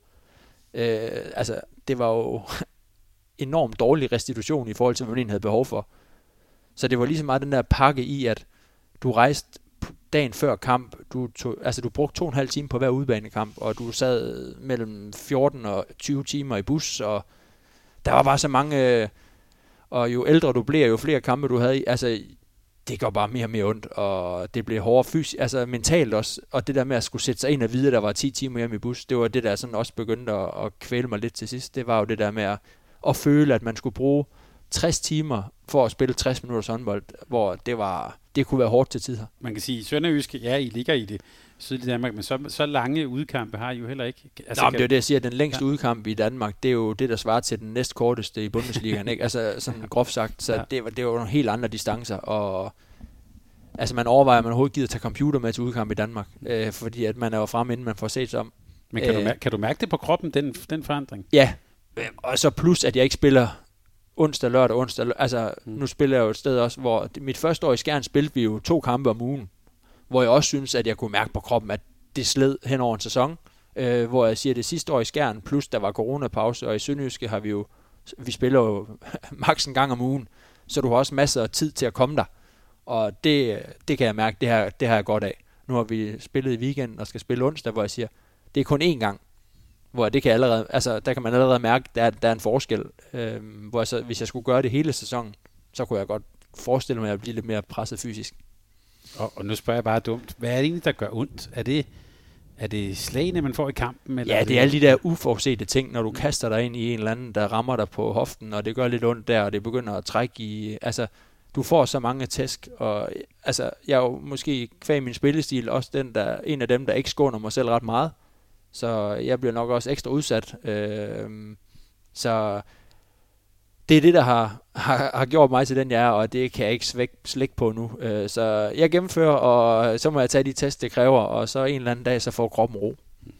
Det var jo enormt dårlig restitution i forhold til, hvad man egentlig havde behov for. Så det var lige så meget den der pakke i, at du rejste dagen før kamp, du brugte 2,5 timer på hver udebanekamp, og du sad mellem 14 og 20 timer i bus, og der var bare så mange, og jo ældre du bliver, jo flere kampe du havde, det går bare mere og mere ondt, og det blev hårdere fysisk, mentalt også, og det der med at skulle sætte sig ind og vide, at der var 10 timer hjemme i bus, det var det der sådan også begyndte at kvæle mig lidt til sidst. Det var jo det der med at føle, at man skulle bruge 60 timer for at spille 60 minutters håndbold, hvor det kunne være hårdt til tider. Man kan sige, Sønderjyske, ja, I ligger i det sydlige Danmark, men så lange udkampe har I jo heller ikke. Men det er jo det, jeg siger, den længste udkamp i Danmark, det er jo det, der svarer til den næstkorteste i Bundesligaen, ikke? Sådan groft sagt, så det var jo nogle helt andre distancer, og man overvejer, at man overhovedet gider tage computer med til udkamp i Danmark, fordi at man er jo fremme, inden man får set sig om. Men kan du mærke det på kroppen, den forandring? Ja, og så plus, at jeg ikke spiller onsdag, lørdag, nu spiller jeg jo et sted også, hvor mit første år i Skjern spillede vi jo 2 kampe om ugen, hvor jeg også synes, at jeg kunne mærke på kroppen, at det sled hen over en sæson, hvor jeg siger, det sidste år i Skjern, plus der var coronapause, og i Sønderjyske har vi spiller jo maks en gang om ugen, så du har også masser af tid til at komme der, og det kan jeg mærke, det har jeg godt af. Nu har vi spillet i weekenden og skal spille onsdag, hvor jeg siger, det er kun én gang, hvor det kan allerede, der kan man allerede mærke, der er en forskel, hvor hvis jeg skulle gøre det hele sæsonen, så kunne jeg godt forestille mig, at jeg bliver lidt mere presset fysisk. Og nu spørger jeg bare dumt, hvad er det egentlig, der gør ondt? Er Er det slagene, man får i kampen? Eller ja, det er alle de der uforudsete ting, når du kaster dig ind i en eller anden, der rammer dig på hoften, og det gør lidt ondt der, og det begynder at trække i... Altså, du får så mange tæsk, og altså, jeg er jo måske kvæg min spillestil også en af dem, der ikke skåner mig selv ret meget. Så jeg bliver nok også ekstra udsat. Så det er det, der har gjort mig til den, jeg er, og det kan jeg ikke slække på nu. Så jeg gennemfører, og så må jeg tage de test, det kræver, og så en eller anden dag, så får kroppen ro.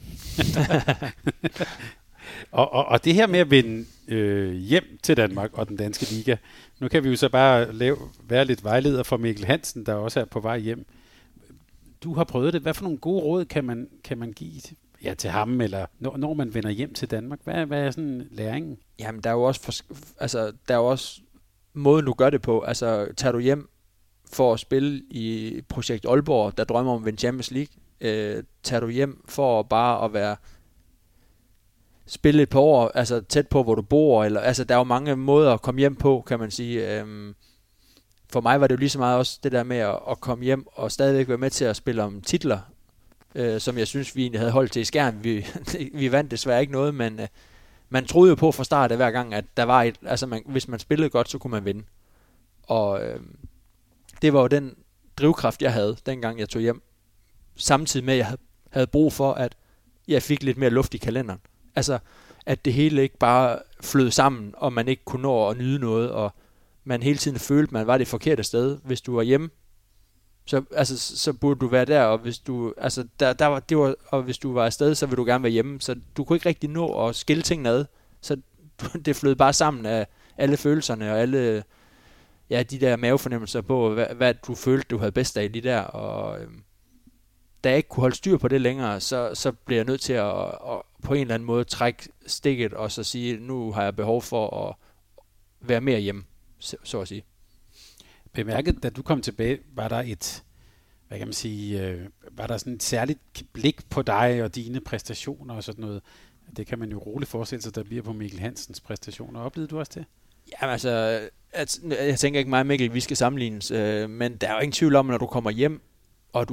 og det her med at vende hjem til Danmark og den danske liga, nu kan vi jo så bare være lidt vejleder for Mikkel Hansen, der også er på vej hjem. Du har prøvet det. Hvad for nogle gode råd kan man give til ham, eller når man vender hjem til Danmark? Hvad er sådan læringen? Jamen, der er jo også måden, du gør det på. Altså, tager du hjem for at spille i projekt Aalborg, der drømmer om at vinde Champions League, tager du hjem for bare at spille et par år, altså tæt på, hvor du bor, eller, altså, der er jo mange måder at komme hjem på, kan man sige. For mig var det jo lige så meget også det der med at komme hjem og stadigvæk være med til at spille om titler, som jeg synes, vi egentlig havde holdt til i Skjern. Vi vandt desværre ikke noget, men man troede jo på fra start af hver gang, at der var hvis man spillede godt, så kunne man vinde. Og det var jo den drivkraft, jeg havde, dengang jeg tog hjem. Samtidig med, at jeg havde brug for, at jeg fik lidt mere luft i kalenderen. Altså, at det hele ikke bare flød sammen, og man ikke kunne nå at nyde noget, og man hele tiden følte, at man var det forkerte sted. Hvis du var hjemme, så burde du være der, og hvis du og hvis du var afsted, så ville du gerne være hjemme. Så du kunne ikke rigtig nå at skille tingene ad. Så det flød bare sammen af alle følelserne og alle de der mavefornemmelser på, hvad du følte, du havde bedst af lige der. Og da jeg ikke kunne holde styr på det længere, så blev jeg nødt til at på en eller anden måde trække stikket og så sige, nu har jeg behov for at være mere hjemme, så at sige. Bemærket, da du kom tilbage, var der var der sådan et særligt blik på dig og dine præstationer og sådan noget? Det kan man jo roligt forestille sig, der bliver på Mikkel Hansens præstationer. Oplevede du også det? Jamen altså, jeg tænker ikke meget, Mikkel, vi skal sammenlignes, men der er jo ingen tvivl om, når du kommer hjem, og du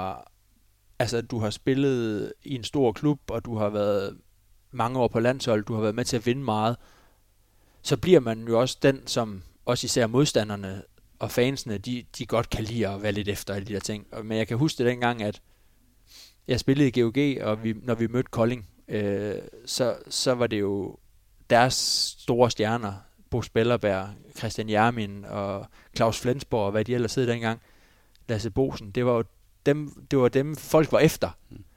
har spillet i en stor klub, og du har været mange år på landshold, du har været med til at vinde meget, så bliver man jo også den, som også især modstanderne og fansene, de godt kan lide at være lidt efter alle de der ting. Men jeg kan huske det dengang, at jeg spillede i GOG, og når vi mødte Kolding, så var det jo deres store stjerner, Bo Spellerberg, Christian Jermin og Claus Flensborg, og hvad de ellers hed dengang, Lasse Bosen, det var dem folk var efter.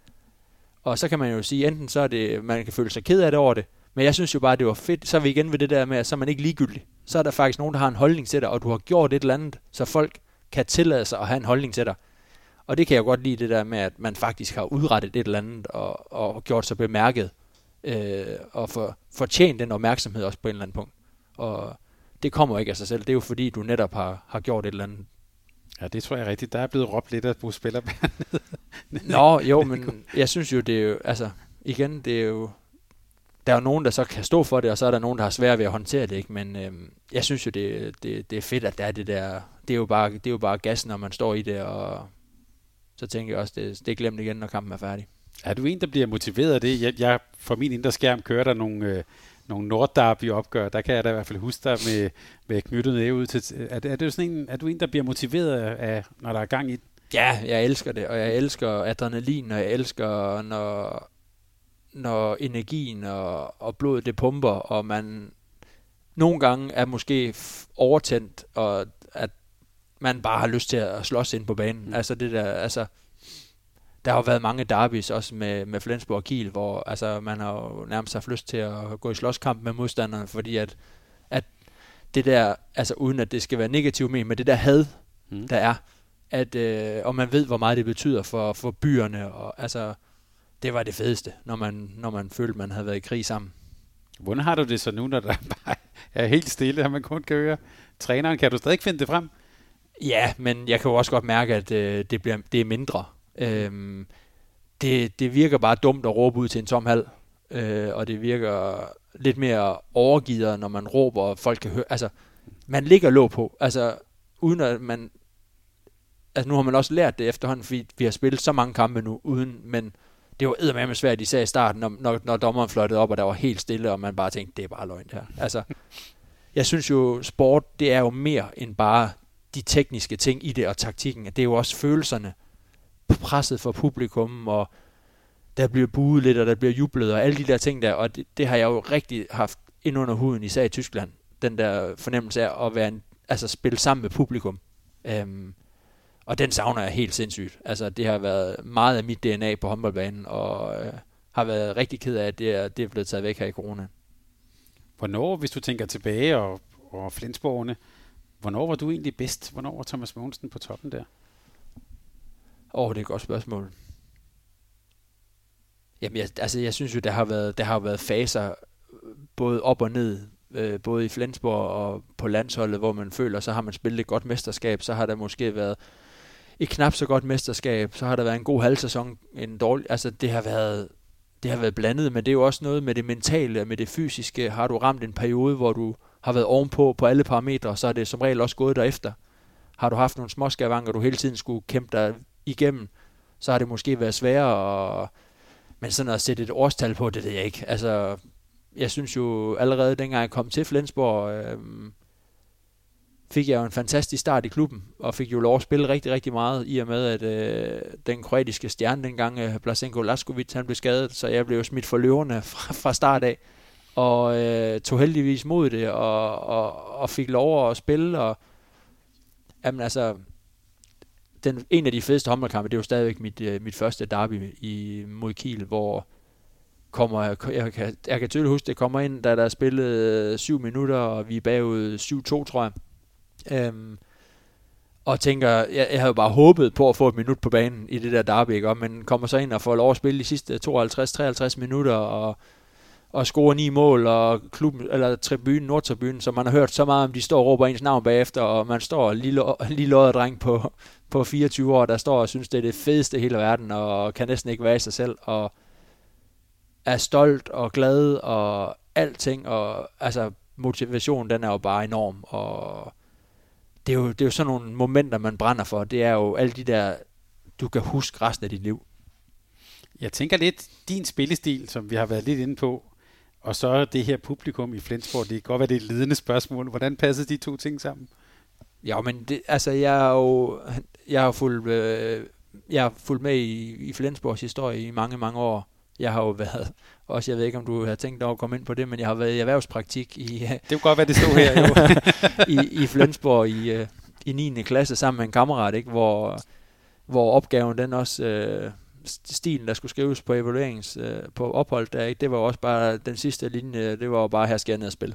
Og så kan man jo sige, enten så er det, man kan føle sig ked af det over det, men jeg synes jo bare, det var fedt. Så er vi igen ved det der med, at så er man ikke ligegyldig. Så er der faktisk nogen, der har en holdning til dig, og du har gjort et eller andet, så folk kan tillade sig at have en holdning til dig. Og det kan jeg godt lide, det der med, at man faktisk har udrettet et eller andet, og gjort sig bemærket, og fortjent den opmærksomhed også på en eller anden punkt. Og det kommer ikke af sig selv. Det er jo fordi, du netop har gjort et eller andet. Ja, det tror jeg rigtigt. Der er blevet råbt lidt af Bo Spellerberg. Nå, jo, men jeg synes jo, det er jo, altså, igen, det er jo, der er jo nogen, der så kan stå for det, og så er der nogen, der har svært ved at håndtere det, ikke? Men jeg synes jo, det er fedt, at der er det der, det er jo bare gas, når man står i det, og så tænker jeg også, det er glemt igen, når kampen er færdig. Er du en, der bliver motiveret af det? Jeg for min indre skærm kører der nogle Nordderby-opgør. Der kan jeg da i hvert fald huske dig med knyttet næve ud til. Er du en, der bliver motiveret af, når der er gang i det? Ja, jeg elsker det, og jeg elsker adrenalin, og jeg elsker, når energien og blodet det pumper, og man nogle gange er måske overtændt, og at man bare har lyst til at slås ind på banen. Altså det der, altså der har jo været mange derbys også med Flensborg og Kiel, hvor altså man har jo nærmest haft lyst til at gå i slåskamp med modstanderne, fordi at det der, altså uden at det skal være negativt men det der had, der er, at og man ved, hvor meget det betyder for byerne, og altså det var det fedeste, når man følte, man havde været i krig sammen. Hvordan har du det så nu, når der bare er helt stille, og man kun kan høre træneren? Kan du stadig finde det frem? Ja, men jeg kan jo også godt mærke, at det er mindre. Det virker bare dumt at råbe ud til en tom hal, og det virker lidt mere overgivet, når man råber, og folk kan høre. Altså, man ligger låg på, altså uden at man. Altså nu har man også lært det efterhånden, fordi vi har spillet så mange kampe nu uden, men det var eddermame svært, især i starten, når dommeren fløjtede op, og der var helt stille, og man bare tænkte, det er bare løgn det her. Altså, jeg synes jo, sport, det er jo mere end bare de tekniske ting i det, og taktikken. Det er jo også følelserne, presset for publikum, og der bliver buet lidt, og der bliver jublet, og alle de der ting der, og det har jeg jo rigtig haft ind under huden, især i Tyskland, den der fornemmelse af at være spille sammen med publikum. Og den savner jeg helt sindssygt. Altså, det har været meget af mit DNA på håndboldbanen, og har været rigtig ked af, at det er blevet taget væk her i corona. Hvornår, hvis du tænker tilbage og Flensborgerne, hvornår var du egentlig bedst? Hvornår var Thomas Mogensen på toppen der? Det er et godt spørgsmål. Jamen, jeg synes jo, der har været faser både op og ned, både i Flensborg og på landsholdet, hvor man føler, så har man spillet et godt mesterskab, så har der måske været et knap så godt mesterskab, så har der været en god halvsæson, en dårlig, altså det har været blandet, men det er jo også noget med det mentale, med det fysiske. Har du ramt en periode, hvor du har været ovenpå på alle parametre, så er det som regel også gået derefter. Har du haft nogle småskavanker, du hele tiden skulle kæmpe dig igennem, så har det måske været sværere, men sådan at sætte et årstal på, det ved jeg ikke. Altså, jeg synes jo allerede dengang jeg kom til Flensborg, fik jeg jo en fantastisk start i klubben, og fik jo lov at spille rigtig, rigtig meget, i og med, at den kroatiske stjerne dengang, Blaženko Laskovic, han blev skadet, så jeg blev smidt for løverne fra start af, og tog heldigvis mod det, og fik lov at spille, og jamen altså, en af de fedeste håndboldkampe, det er jo stadigvæk mit første derby mod Kiel, hvor jeg kan tydeligt huske, det kommer ind, da der er spillet 7 minutter, og vi er bagud 7-2, tror jeg. Og tænker, jeg havde jo bare håbet på at få et minut på banen i det der derby, ikke? Men kommer så ind og får lov at spille de sidste 52-53 minutter, og score 9 mål, og klubben, eller Nordtribunen, som man har hørt så meget om, de står og råber ens navn bagefter, og man står lille øjet dreng på 24 år, der står og synes, det er det fedeste i hele verden, og kan næsten ikke være i sig selv, og er stolt og glad, og alting, og altså motivationen, den er jo bare enorm, og det er jo sådan nogle momenter, man brænder for. Det er jo alle de der, du kan huske resten af dit liv. Jeg tænker lidt, din spillestil, som vi har været lidt inde på, og så det her publikum i Flensborg, det kan godt være, det er et ledende spørgsmål. Hvordan passer de to ting sammen? Ja, men det, altså, jeg har fulgt med i Flensborgs historie i mange, mange år. Jeg har jo været, også jeg ved ikke, om du har tænkt over at komme ind på det, men jeg har været i erhvervspraktik i... Det kunne godt være, det stod her, jo. i Flensborg i 9. klasse sammen med en kammerat, ikke? Hvor opgaven, den også... stilen, der skulle skrives på evaluerings på ophold, der, ikke? Det var også bare den sidste linje, det var jo bare her skal jeg ned og spille.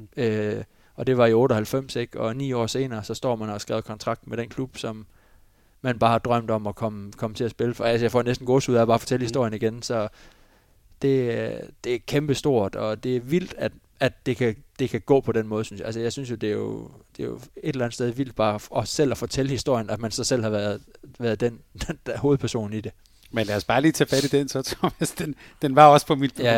Og det var i 98, ikke? Og 9 år senere, så står man og har skrevet kontrakt med den klub, som man bare har drømt om at komme til at spille for. Altså, jeg får næsten gåsehud af at bare fortælle historien igen, så det er kæmpe stort, og det er vildt, at det kan gå på den måde, synes jeg. Altså, jeg synes jo, det er jo et eller andet sted vildt bare også selv at fortælle historien, at man så selv har været den der hovedperson i det. Men lad os bare lige tage fat i den, så Thomas, den var også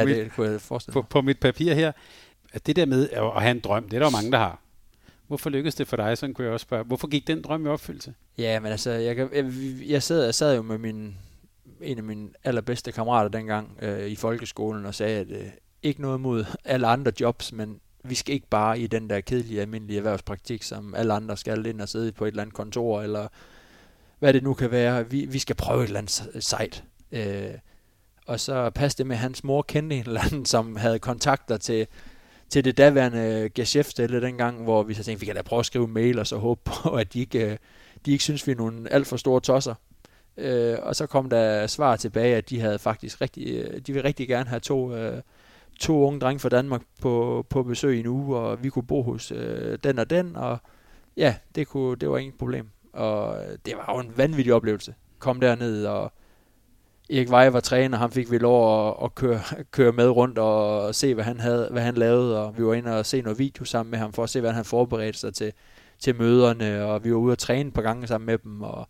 på mit papir her. At det der med at have en drøm, det er der jo mange, der har. Hvorfor lykkedes det for dig? Sådan kunne jeg også spørge. Hvorfor gik den drøm i opfyldelse? Ja, men altså, jeg sad jo med en af mine allerbedste kammerater dengang i folkeskolen og sagde, at ikke noget mod alle andre jobs, men vi skal ikke bare i den der kedelige, almindelige erhvervspraktik, som alle andre skal ind og sidde på et eller andet kontor, eller hvad det nu kan være. Vi skal prøve et eller andet sejt. Og så passede det med, at hans mor kendte en eller anden, som havde kontakter til det daværende geschæftsstelle dengang, hvor vi så tænkte, vi kan da prøve at skrive en mail, og så håbe på, at de ikke synes, vi er nogle alt for store tosser. Og så kom der svar tilbage, at de havde faktisk de ville rigtig gerne have to unge drenge fra Danmark på besøg i en uge, og vi kunne bo hos den og den, og ja, det var ingen problem. Og det var jo en vanvittig oplevelse. Kom derned, og Erik Veje var træner, ham fik vi lov at køre med rundt og se, hvad han lavede, og vi var inde og se noget video sammen med ham, for at se, hvordan han forberedte sig til møderne, og vi var ude at træne et par gange sammen med dem, og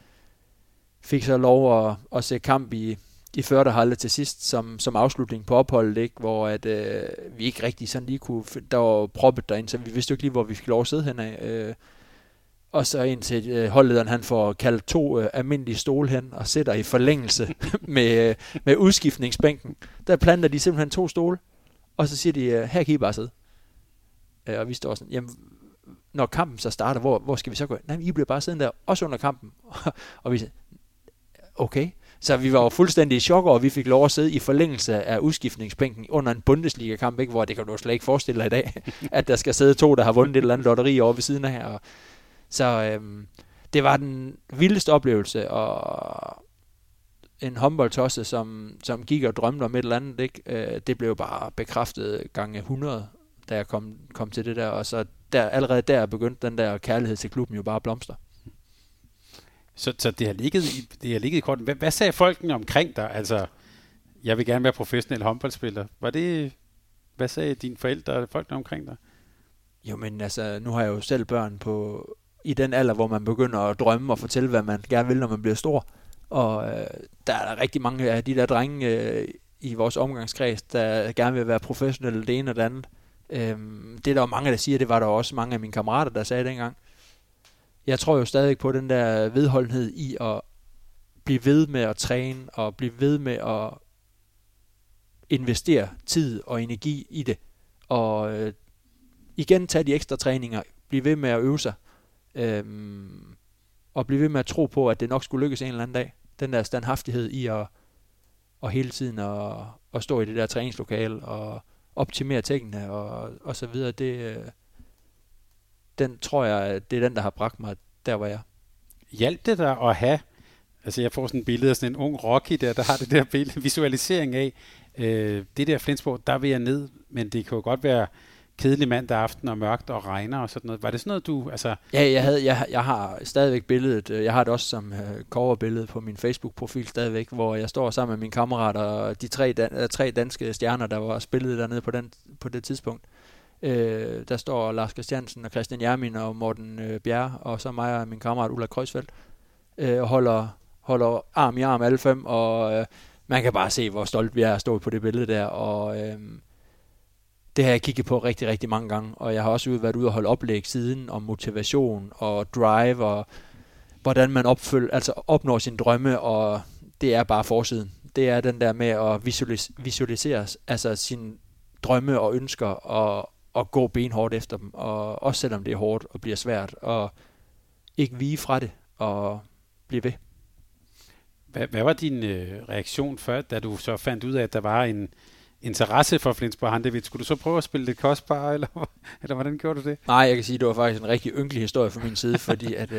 fik så lov at se kamp i Førdehalle til sidst, som afslutning på opholdet, ikke? Hvor at, vi ikke rigtig sådan lige kunne, der var proppet derind, så vi vidste jo ikke lige, hvor vi fik lov at sidde henad. Og så indtil holdlederen han får kaldt 2 almindelige stole hen og sætter i forlængelse med udskiftningsbænken. Der planter de simpelthen 2 stole, og så siger de, her kan I bare sidde. Og vi står sådan, jamen, når kampen så starter, hvor skal vi så gå? Nej, I bliver bare siddende der, også under kampen. Og vi siger, okay. Så vi var jo fuldstændig i chok over, at vi fik lov at sidde i forlængelse af udskiftningsbænken under en Bundesliga-kamp, ikke? Hvor det kan du slet ikke forestille dig i dag, at der skal sidde 2, der har vundet et eller andet lotteri over ved siden af her. Så det var den vildeste oplevelse, og en håndboldtosse, som gik og drømte om et eller andet, ikke? Det blev bare bekræftet gange 100, da jeg kom til det der, og så allerede der begyndte den der kærlighed til klubben jo bare at blomstre. Så det har ligget i korten. Hvad sagde folkene omkring dig? Altså, jeg vil gerne være professionel håndboldspiller. Hvad sagde dine forældre og folkene omkring dig? Jo, men altså, nu har jeg jo selv børn i den alder, hvor man begynder at drømme og fortælle, hvad man gerne vil, når man bliver stor. Og der er rigtig mange af de der drenge i vores omgangskreds, der gerne vil være professionelle det ene og det andet. Det er der jo mange, der siger, det var der også mange af mine kammerater, der sagde dengang. Jeg tror jo stadig på den der vedholdenhed i at blive ved med at træne, og blive ved med at investere tid og energi i det. Og igen tage de ekstra træninger, blive ved med at øve sig, og blive ved med at tro på, at det nok skulle lykkes en eller anden dag. Den der standhaftighed i at hele tiden at stå i det der træningslokale og optimere tingene og så videre, den tror jeg, det er den, der har bragt mig der, hvor jeg er. Hjalp det dig at have, altså jeg får sådan et billede af sådan en ung Rocky der har det der billede, visualisering af, det der Flensborg, der vil jeg ned, men det kan jo godt være kedelig mandag aften og mørkt og regner og sådan noget. Var det sådan noget, du... Altså... Ja, jeg har stadigvæk billedet. Jeg har det også som coverbillede på min Facebook-profil stadigvæk, hvor jeg står sammen med mine kammerater og de tre danske stjerner, der var spillet dernede på det tidspunkt. Der står Lars Christiansen og Christian Jermin og Morten Bjerre, og så mig og min kammerat Ulla Kreuzfeldt, og holder arm i arm alle 5, og man kan bare se, hvor stolt vi er at stå på det billede der, og det har jeg kigget på rigtig, rigtig mange gange, og jeg har også været ude og holde oplæg siden om motivation og drive, og hvordan man opnår sine drømme, og det er bare forsiden. Det er den der med at visualisere altså sine drømme og ønsker, og gå benhårdt efter dem, og også selvom det er hårdt og bliver svært, og ikke vige fra det, og blive ved. Hvad var din reaktion før, da du så fandt ud af, at der var en interesse for Flensborg Handewitt? Skulle du så prøve at spille lidt kostbar, eller hvordan gjorde du det? Nej, jeg kan sige, at det var faktisk en rigtig ynkelig historie fra min side, fordi at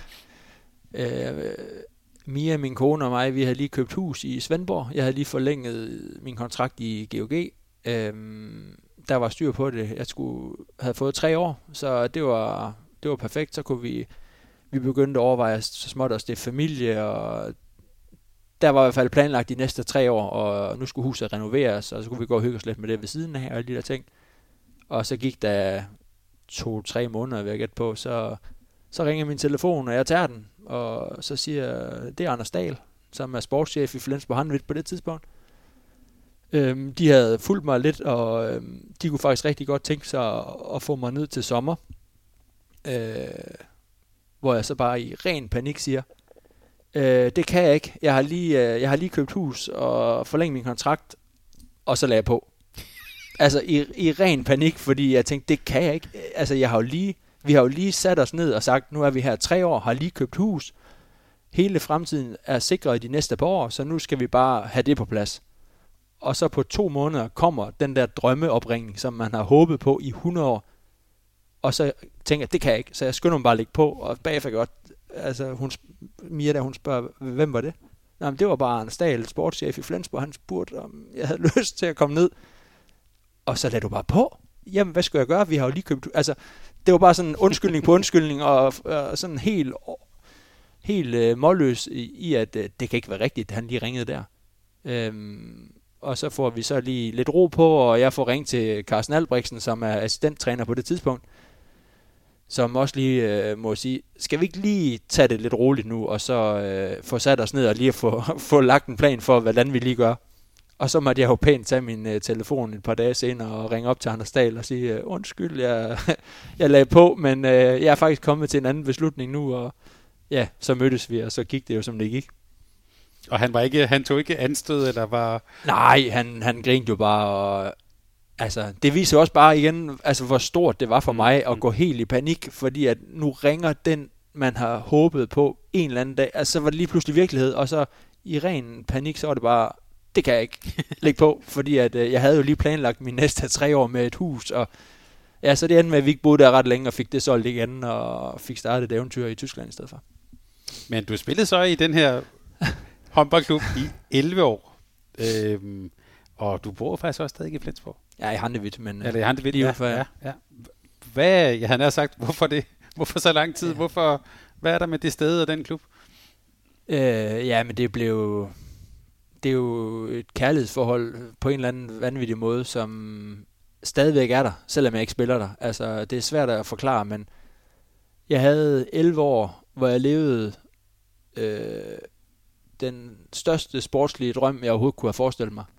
Mia, min kone og mig, vi havde lige købt hus i Svendborg. Jeg havde lige forlænget min kontrakt i GOG. Der var styr på det. Jeg havde fået 3 år, så det var perfekt. Så kunne vi begyndte at overveje så småt at stifte familie, og der var i hvert fald planlagt de næste 3 år, og nu skulle huset renoveres, og så kunne vi gå og hygge os lidt med det ved siden af, og alle de der ting. Og så gik der 2-3 måneder, vil jeg gætte på, så ringer min telefon, og jeg tager den, og så siger jeg, det er Anders Dahl, som er sportschef i Flensborg Handewitt på det tidspunkt. De havde fulgt mig lidt, og de kunne faktisk rigtig godt tænke sig at få mig ned til sommer, hvor jeg så bare i ren panik siger, det kan jeg ikke. Jeg har lige købt hus og forlænget min kontrakt, og så lagde jeg på. Altså i ren panik, fordi jeg tænkte, det kan jeg ikke. Altså vi har jo lige sat os ned og sagt, nu er vi her 3 år, har lige købt hus. Hele fremtiden er sikret i de næste par år, så nu skal vi bare have det på plads. Og så på 2 måneder kommer den der drømmeopringning, som man har håbet på i 100 år. Og så tænker jeg, det kan jeg ikke. Så jeg skynder mig bare at lægge på, og bagefter godt, altså Mia, hun spørger, hvem var det? Nej, men det var bare en Stahl, sportschef i Flensborg. Han spurgte, om jeg havde lyst til at komme ned. Og så lagde du bare på. Jamen, hvad skulle jeg gøre? Vi har jo lige købt... Altså, det var bare sådan en undskyldning på undskyldning, og sådan helt målløs i, at det kan ikke være rigtigt, at han lige ringede der. Og så får vi så lige lidt ro på, og jeg får ringet til Carsten Albrechtsen, som er assistenttræner på det tidspunkt, som også lige må sige, skal vi ikke lige tage det lidt roligt nu, og så få sat os ned og lige få lagt en plan for, hvordan vi lige gør. Og så måtte jeg jo pænt tage min telefon et par dage senere og ringe op til Anders Dahl og sige, undskyld, jeg lagde på, men jeg er faktisk kommet til en anden beslutning nu, og ja, så mødtes vi, og så gik det jo, som det gik. Og han tog ikke anstød, eller var... Nej, han grinte jo bare, og altså, det viser også bare igen, altså, hvor stort det var for mig at gå helt i panik, fordi at nu ringer den, man har håbet på en eller anden dag, altså så var det lige pludselig virkelighed, og så i ren panik, så var det bare, det kan jeg ikke lægge på, fordi at jeg havde jo lige planlagt mine næste 3 år med et hus, og ja, så det endte med, at vi ikke boede der ret længe, og fik det solgt igen, og fik startet et eventyr i Tyskland i stedet for. Men du spillede så i den her håndboldklub i 11 år, og du bor faktisk også stadig i Flensborg. Ja, i Handewitt, men... Eller i Handewitt, ja. Hvad, han har sagt, hvorfor det? Hvorfor så lang tid? Ja. Hvad er der med det sted og den klub? Ja, men det er jo et kærlighedsforhold på en eller anden vanvittig måde, som stadigvæk er der, selvom jeg ikke spiller der. Altså, det er svært at forklare, men jeg havde 11 år, hvor jeg levede den største sportslige drøm, jeg overhovedet kunne have forestillet mig.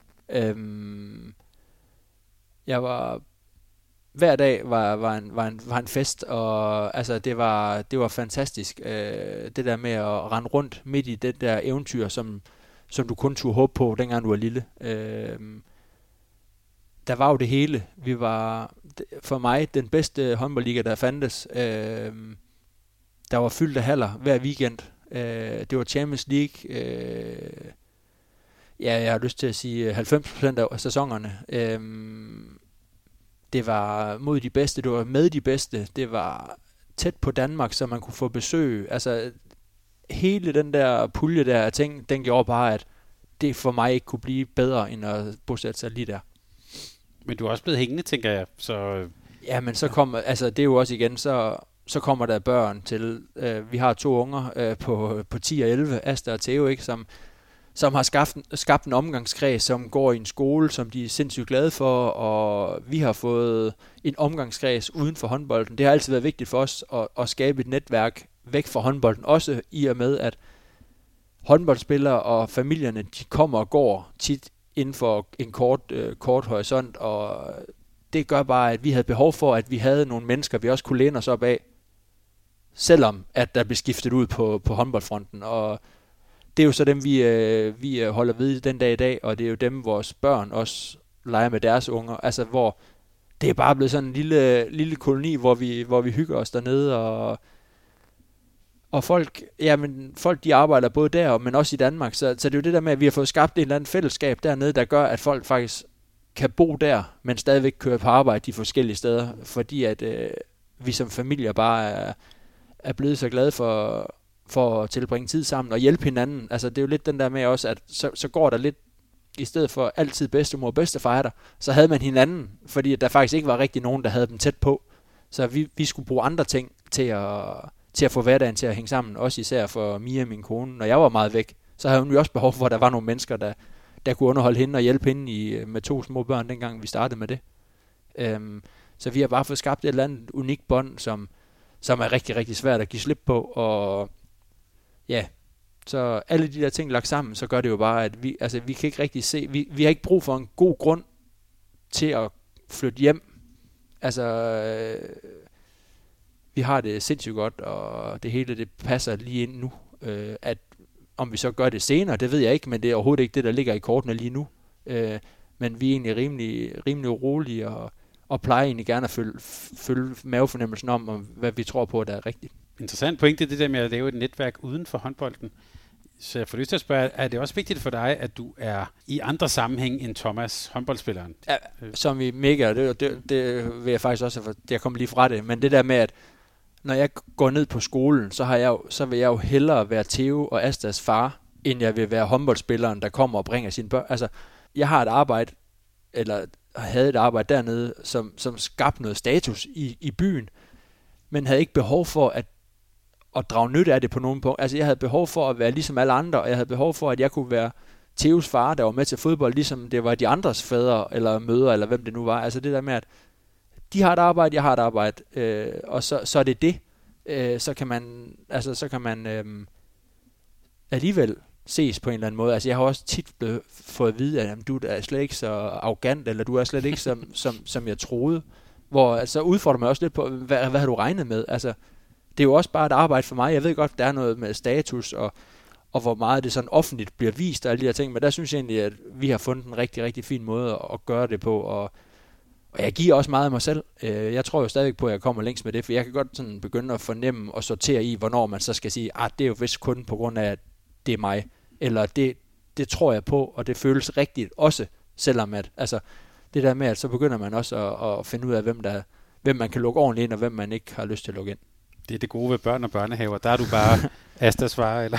Jeg var... Hver dag var en fest, og altså det var fantastisk. Det der med at rende rundt midt i det der eventyr, som du kun turde håbe på, dengang du var lille. Der var jo det hele. Vi var for mig den bedste håndboldliga, der fandtes. Der var fyldte haller hver weekend. Det var Champions League. Ja, jeg har lyst til at sige 90% af sæsonerne. Det var mod de bedste, det var med de bedste, det var tæt på Danmark, så man kunne få besøg. Altså, hele den der pulje der af ting, den gjorde bare, at det for mig ikke kunne blive bedre, end at bosætte sig lige der. Men du er også blevet hængende, tænker jeg. Så... Ja, men så kommer, altså det er jo også igen, så kommer der børn til. Vi har 2 unger på 10 og 11, Asta og Theo, ikke, som har skabt en omgangskreds, som går i en skole, som de er sindssygt glade for, og vi har fået en omgangskreds uden for håndbolden. Det har altid været vigtigt for os at skabe et netværk væk fra håndbolden, også i og med, at håndboldspillere og familierne, de kommer og går tit inden for en kort horisont, og det gør bare, at vi havde behov for, at vi havde nogle mennesker, vi også kunne læne os op af, selvom at der blev skiftet ud på håndboldfronten, og det er jo så dem, vi holder ved den dag i dag, og det er jo dem, vores børn også leger med deres unger. Altså, hvor det er bare blevet sådan en lille koloni, hvor vi hygger os dernede, og folk de arbejder både der, men også i Danmark. Så det er jo det der med, at vi har fået skabt et eller andet fællesskab dernede, der gør, at folk faktisk kan bo der, men stadigvæk køre på arbejde de forskellige steder, fordi at vi som familie bare er blevet så glade for at tilbringe tid sammen og hjælpe hinanden. Altså det er jo lidt den der med også, at så går der lidt, i stedet for altid bedstemor og bedstefar der, så havde man hinanden, fordi der faktisk ikke var rigtig nogen, der havde dem tæt på. Så vi skulle bruge andre ting til at få hverdagen til at hænge sammen, også især for Mia, min kone. Når jeg var meget væk, så havde hun jo også behov for, at der var nogle mennesker, der kunne underholde hende og hjælpe hende med 2 små børn, dengang vi startede med det. Så vi har bare fået skabt et eller andet unikt bånd, som er rigtig, rigtig svært at give slip på, og ja, så alle de der ting lagt sammen, så gør det jo bare, at vi kan ikke rigtig se, vi har ikke brug for en god grund til at flytte hjem. Altså, vi har det sindssygt godt, og det hele, det passer lige ind nu. At om vi så gør det senere, det ved jeg ikke, men det er overhovedet ikke det, der ligger i kortene lige nu. Men vi er egentlig rimelig urolige, og plejer egentlig gerne at følge mavefornemmelsen om, hvad vi tror på, der er rigtigt. Interessant pointe, det der med at lave et netværk uden for håndbolden. Så jeg får lyst til at spørge, er det også vigtigt for dig, at du er i andre sammenhæng end Thomas, håndboldspilleren? Ja, som i mega, det vil jeg faktisk også, for jeg kommer lige fra det, men det der med, at når jeg går ned på skolen, så vil jeg jo hellere være Theo og Astas far, end jeg vil være håndboldspilleren, der kommer og bringer sine børn. Altså, jeg har et arbejde, eller havde et arbejde dernede, som skabte noget status i byen, men havde ikke behov for at drage nytte af det på nogen punkt. Altså, jeg havde behov for at være ligesom alle andre, og jeg havde behov for, at jeg kunne være Theos far, der var med til fodbold, ligesom det var de andres fædre, eller mødre, eller hvem det nu var. Altså, det der med, at de har et arbejde, jeg har et arbejde, og så er det det. Så kan man alligevel ses på en eller anden måde. Altså jeg har også tit fået at vide, at du er slet ikke så arrogant, eller du er slet ikke som jeg troede. Hvor altså udfordrer mig også lidt på, hvad har du regnet med? Altså det er jo også bare et arbejde for mig. Jeg ved godt, der er noget med status, og hvor meget det sådan offentligt bliver vist, og alle de her ting, men der synes jeg egentlig, at vi har fundet en rigtig, rigtig fin måde at gøre det på, og jeg giver også meget af mig selv. Jeg tror jo stadig på, at jeg kommer længst med det, for jeg kan godt sådan begynde at fornemme og sortere i, hvornår man så skal sige, det er jo vist kun på grund af, at det er mig, eller det tror jeg på, og det føles rigtigt også, selvom at, altså det der med, at så begynder man også at finde ud af, hvem man kan lukke ordentligt ind, og hvem man ikke har lyst til at lukke ind. Det er det gode ved børn og børnehaver. Der er du bare Astas far, eller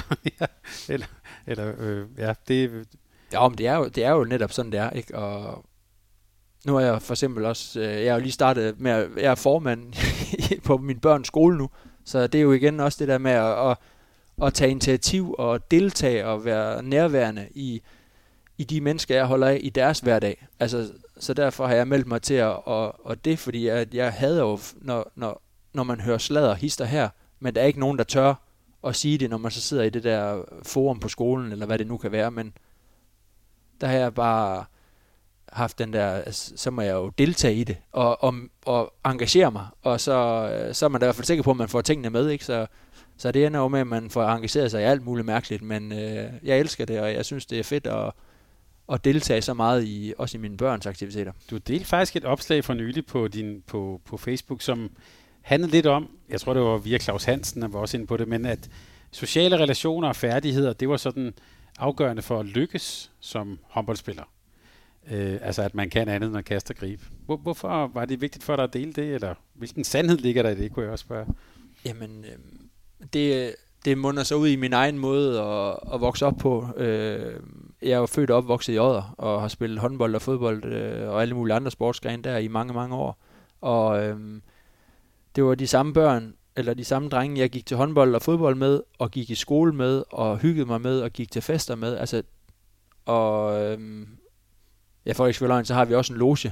det... Ja, men det er jo netop sådan, det er, ikke? Og nu er jeg for eksempel også, jeg har jo lige startet med, jeg er formand på min børns skole nu, så det er jo igen også det der med at tage initiativ og deltage og være nærværende i de mennesker, jeg holder af i deres hverdag. Altså, så derfor har jeg meldt mig til og det, fordi jeg hader jo, når man hører sladder hister her, men der er ikke nogen, der tør at sige det, når man så sidder i det der forum på skolen, eller hvad det nu kan være, men der har jeg bare haft den der, så må jeg jo deltage i det, og engagere mig, og så er man da i hvert fald sikker på, at man får tingene med, ikke? Så det ender jo med, at man får engageret sig i alt muligt mærkeligt, men jeg elsker det, og jeg synes, det er fedt at deltage så meget også i mine børns aktiviteter. Du delte faktisk et opslag for nylig på Facebook, som handlede lidt om, jeg tror det var via Claus Hansen, der var også inde på det, men at sociale relationer og færdigheder, det var sådan afgørende for at lykkes som håndboldspiller. Altså at man kan andet end at kaste og gribe. Hvorfor var det vigtigt for dig at dele det, eller hvilken sandhed ligger der i det, kunne jeg også spørge? Jamen, det munder sig ud i min egen måde at vokse op på. Jeg er jo født og opvokset i Odder, og har spillet håndbold og fodbold og alle mulige andre sportsgrene der i mange, mange år. Og det var de samme børn, eller de samme drenge, jeg gik til håndbold og fodbold med, og gik i skole med, og hyggede mig med, og gik til fester med. Altså, og for ikke så har vi også en loge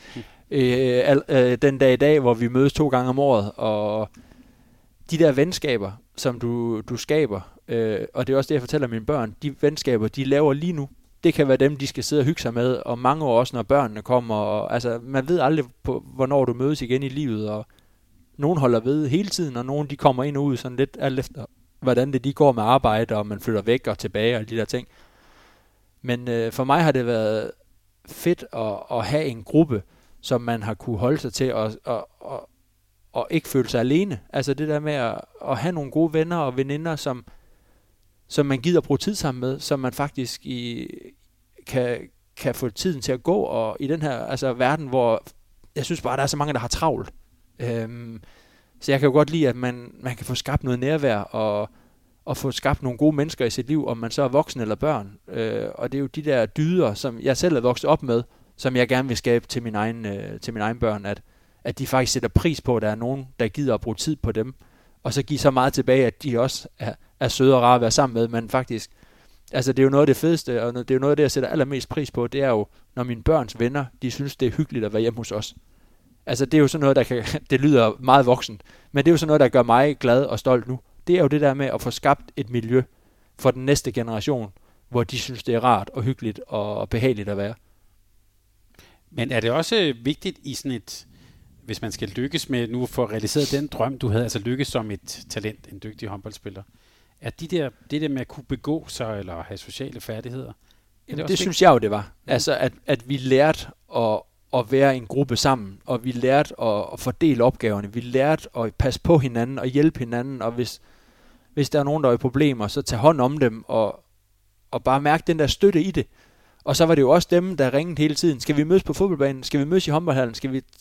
den dag i dag, hvor vi mødes 2 gange om året, og de der venskaber, som du skaber, og det er også det, jeg fortæller mine børn, de venskaber, de laver lige nu, det kan være dem, de skal sidde og hygge sig med, og mange år også, når børnene kommer, og altså, man ved aldrig, hvornår du mødes igen i livet, og nogen holder ved hele tiden, og nogen, de kommer ind og ud, sådan lidt alt efter, hvordan de går med arbejde, og man flytter væk og tilbage, og de der ting. Men for mig har det været fedt at have en gruppe, som man har kunne holde sig til, og ikke føle sig alene. Altså det der med at have nogle gode venner og veninder, som man gider bruge tid sammen med, som man faktisk kan få tiden til at gå, og i den her verden, hvor jeg synes bare, der er så mange, der har travlt. Så jeg kan jo godt lide, at man kan få skabt noget nærvær, og få skabt nogle gode mennesker i sit liv, om man så er voksen eller børn. Og det er jo de der dyder, som jeg selv er vokset op med, som jeg gerne vil skabe til mine egne børn, at de faktisk sætter pris på, at der er nogen, der gider at bruge tid på dem, og så give så meget tilbage, at de også er søde og rare at være sammen med, men faktisk, altså det er jo noget af det fedeste, og det er jo noget af det, jeg sætter allermest pris på, det er jo, når mine børns venner, de synes, det er hyggeligt at være hjemme hos os. Altså det er jo sådan noget, det lyder meget voksent, men det er jo sådan noget, der gør mig glad og stolt nu. Det er jo det der med at få skabt et miljø for den næste generation, hvor de synes, det er rart og hyggeligt og behageligt at være. Men er det også vigtigt i sådan et, hvis man skal lykkes med nu at få realiseret den drøm, du havde, altså lykkes som et talent, en dygtig håndboldspiller, at det der med at kunne begå sig eller have sociale færdigheder? Det synes jeg jo, det var. Altså at vi lærte at være en gruppe sammen, og vi lærte at fordele opgaverne, vi lærte at passe på hinanden og hjælpe hinanden, og hvis der er nogen, der er i problemer, så tage hånd om dem, og bare mærke den der støtte i det. Og så var det jo også dem, der ringede hele tiden. Skal vi mødes på fodboldbanen? Skal vi mødes i håndboldhallen?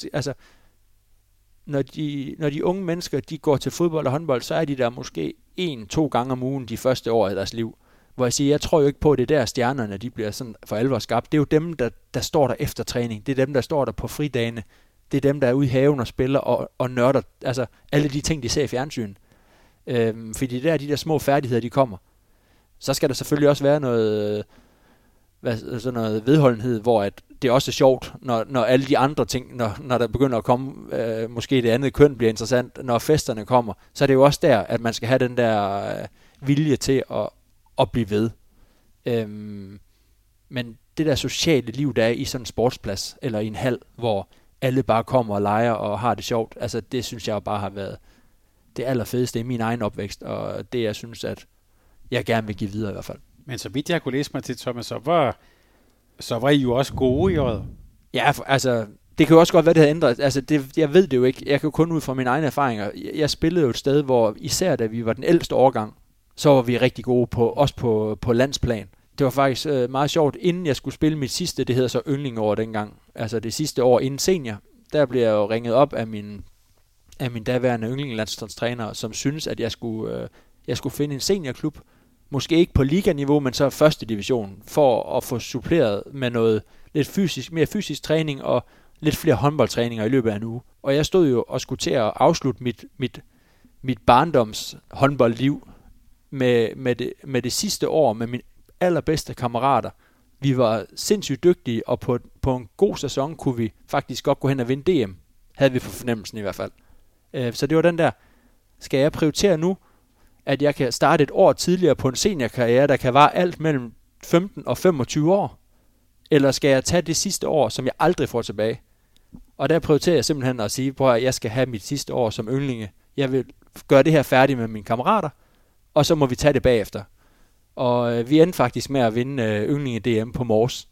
Når de unge mennesker, de går til fodbold og håndbold, så er de der måske 1-2 gange om ugen de første år i deres liv. Hvor jeg siger, jeg tror jo ikke på, at det der stjernerne, de bliver sådan for alvor skabt. Det er jo dem, der står der efter træning. Det er dem, der står der på fridagene. Det er dem, der er ude i haven og spiller og nørder. Altså alle de ting, de ser i fjernsyn. Fordi det er de der små færdigheder, de kommer. Så skal der selvfølgelig også være noget vedholdenhed, hvor at det også er sjovt, når alle de andre ting, når der begynder at komme, måske det andet køn bliver interessant, når festerne kommer, så er det jo også der, at man skal have den der vilje til at blive ved. Men det der sociale liv, der er i sådan en sportsplads, eller i en hal, hvor alle bare kommer og leger og har det sjovt, altså det synes jeg bare har været det allerfedeste i min egen opvækst, og det jeg synes, at jeg gerne vil give videre i hvert fald. Men så vidt jeg kunne læse mig til, Thomas, så var I jo også gode i året. Ja, altså det kan jo også godt være, det havde ændret. Altså jeg ved det jo ikke. Jeg kan jo kun ud fra mine egne erfaringer. Jeg spillede jo et sted, hvor især da vi var den ældste årgang, så var vi rigtig gode på landsplan. Det var faktisk meget sjovt, inden jeg skulle spille mit sidste, det hedder så yndlingeår dengang, altså det sidste år inden senior, der blev jeg jo ringet op af min daværende yndlingelandsholdstræner, som synes at jeg skulle finde en seniorklub, måske ikke på liganiveau, men så første division, for at få suppleret med noget lidt mere fysisk træning og lidt flere håndboldtræninger i løbet af en uge. Og jeg stod jo og skulle til at afslutte mit barndoms håndboldliv med det sidste år med mine allerbedste kammerater. Vi var sindssygt dygtige, og på en god sæson kunne vi faktisk godt gå hen og vinde DM. Havde vi på fornemmelsen i hvert fald. Så det var den der, skal jeg prioritere nu, at jeg kan starte et år tidligere på en seniorkarriere, der kan vare alt mellem 15 og 25 år? Eller skal jeg tage det sidste år, som jeg aldrig får tilbage? Og der prioriterer jeg simpelthen at sige, at jeg skal have mit sidste år som yndlinge. Jeg vil gøre det her færdigt med mine kammerater, og så må vi tage det bagefter. Og vi endte faktisk med at vinde yndlinge DM på Mors.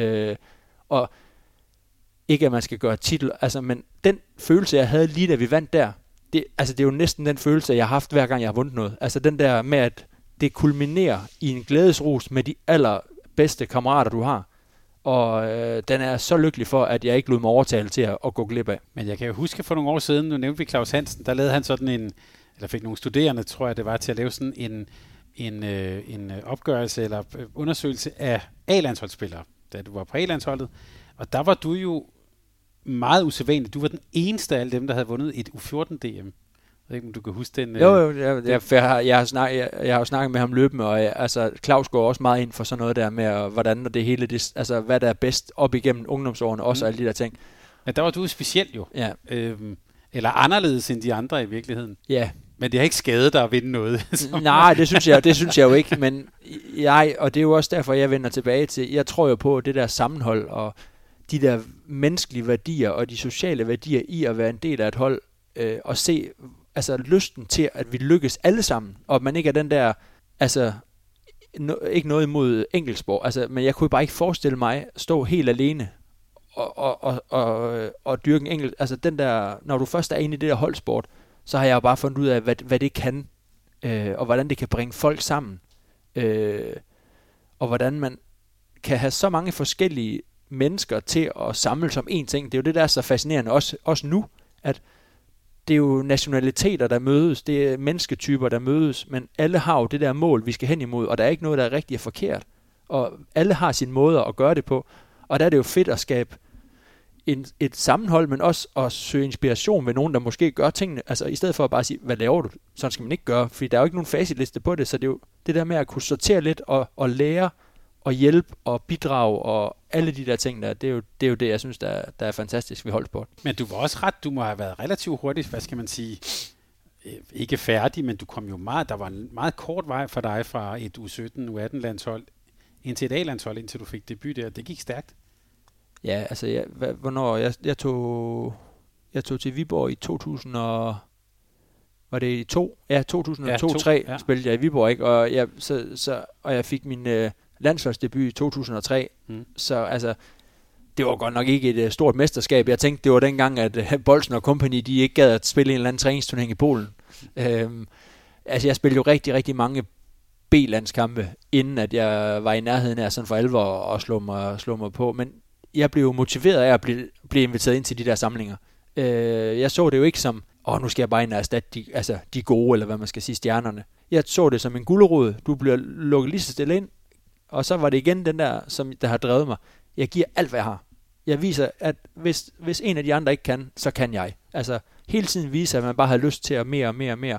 Og ikke at man skal gøre titel, altså, men den følelse, jeg havde lige da vi vandt der, det er jo næsten den følelse, jeg har haft hver gang, jeg har vundet noget. Altså den der med, at det kulminerer i en glædesrus med de allerbedste kammerater, du har. Og den er så lykkelig for, at jeg ikke lod mig overtale til at gå glip af. Men jeg kan jo huske for nogle år siden, nu nævnte vi Claus Hansen, der lavede han sådan eller fik nogle studerende, tror jeg det var, til at lave sådan en opgørelse eller undersøgelse af A-landsholdsspillere, da du var på A-landsholdet. Og der var du jo meget usædvanlig. Du var den eneste af alle dem, der havde vundet et U14-DM. Jeg ved ikke, om du kan huske den. Jeg har jo snakket med ham løbende, og Claus går også meget ind for sådan noget der med, hvordan det hele, hvad der er bedst op igennem ungdomsårene, også alle de der ting. Ja, der var du speciel jo. Ja. Eller anderledes end de andre i virkeligheden. Ja. Men det har ikke skadet dig at vinde noget. Nej, det synes jeg jo ikke, men og det er jo også derfor, jeg vender tilbage til, jeg tror jo på det der sammenhold, og de der menneskelige værdier, og de sociale værdier i at være en del af et hold, og se lysten til, at vi lykkes alle sammen, og man ikke er den der, ikke noget imod enkeltsport, men jeg kunne bare ikke forestille mig stå helt alene og dyrke en enkelt, den der, når du først er inde i det der holdsport, så har jeg jo bare fundet ud af, hvad det kan, og hvordan det kan bringe folk sammen, og hvordan man kan have så mange forskellige mennesker til at samle som én ting. Det er jo det, der er så fascinerende, også nu, at det er jo nationaliteter, der mødes, det er mennesketyper, der mødes, men alle har jo det der mål, vi skal hen imod, og der er ikke noget, der er rigtigt og forkert. Og alle har sine måder at gøre det på, og der er det jo fedt at skabe et sammenhold, men også at søge inspiration ved nogen, der måske gør tingene, i stedet for at bare sige, hvad laver du? Sådan skal man ikke gøre, fordi der er jo ikke nogen facitliste på det, så det er jo det der med at kunne sortere lidt og lære og hjælpe og bidrage og alle de der ting der, det er jo det, jeg synes, der er fantastisk ved holdsport. Men du var også du må have været relativt hurtigt, hvad skal man sige, ikke færdig, men du kom jo der var en meget kort vej for dig fra et U17, U18-landshold ind til et A-landshold, indtil du fik debut der. Det gik stærkt. Ja, hvornår? Jeg tog til Viborg i 2000 og... Var det i 2002-2003 spillede jeg i Viborg, ikke? Og jeg fik min landsholdsdebut i 2003. Så det var godt nok ikke et stort mesterskab. Jeg tænkte, det var dengang, at Bolsen og Company, de ikke gad at spille en eller anden træningsturnering i Polen. Jeg spillede jo rigtig, rigtig mange B-landskampe, inden at jeg var i nærheden af sådan for alvor at slå mig på. Men jeg blev motiveret af at blive inviteret ind til de der samlinger. Jeg så det jo ikke som, nu skal jeg bare ind og erstatte de gode, eller hvad man skal sige, stjernerne. Jeg så det som en gulerod. Du bliver lukket lige så stille ind, og så var det igen den der, der har drevet mig. Jeg giver alt, hvad jeg har. Jeg viser, at hvis en af de andre ikke kan, så kan jeg. Hele tiden viser, at man bare har lyst til at mere,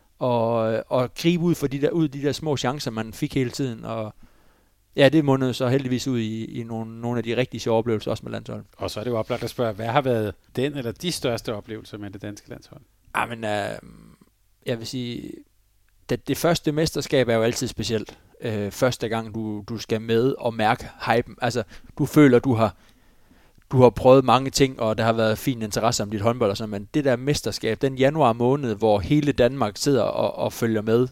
og gribe ud for de der små chancer, man fik hele tiden, og ja, det mundede så heldigvis ud i nogle af de rigtig sjove oplevelser, også med landsholdet. Og så er det jo oplagt at spørge, hvad har været den eller de største oplevelser med det danske landshold? Jeg vil sige, det første mesterskab er jo altid specielt. første gang du skal med og mærke hypen. Altså, du føler, du har prøvet mange ting, og der har været fin interesse om dit håndbold og sådan, men det der mesterskab, den januar måned, hvor hele Danmark sidder og følger med,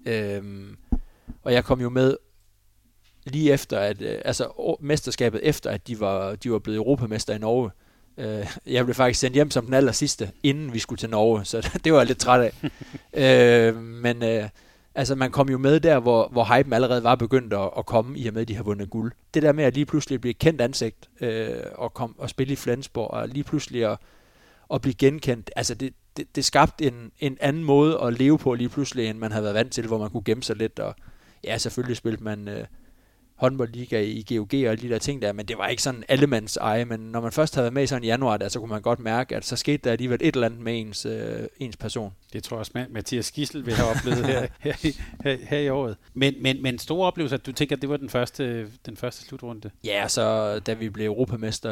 og jeg kom jo med lige efter, at mesterskabet efter, at de var blevet europamester i Norge. Jeg blev faktisk sendt hjem som den aller sidste, inden vi skulle til Norge, så det var jeg lidt træt af. Men man kom jo med der, hvor hypen allerede var begyndt at komme, i og med, at de har vundet guld. Det der med at lige pludselig blive kendt ansigt, og spille i Flensborg, og lige pludselig at blive genkendt, altså det skabte en anden måde at leve på lige pludselig, end man havde været vant til, hvor man kunne gemme sig lidt, og ja, selvfølgelig spilte man håndboldliga i GOG og alle de der ting der, men det var ikke sådan allemands eje, men når man først havde været med i sådan i januar der, så kunne man godt mærke, at så skete der alligevel et eller andet med ens person. Det tror jeg også, Mathias Gissel vil have oplevet her i året. Men store oplevelser, du tænker, at det var den første slutrunde? Ja, så da vi blev europamester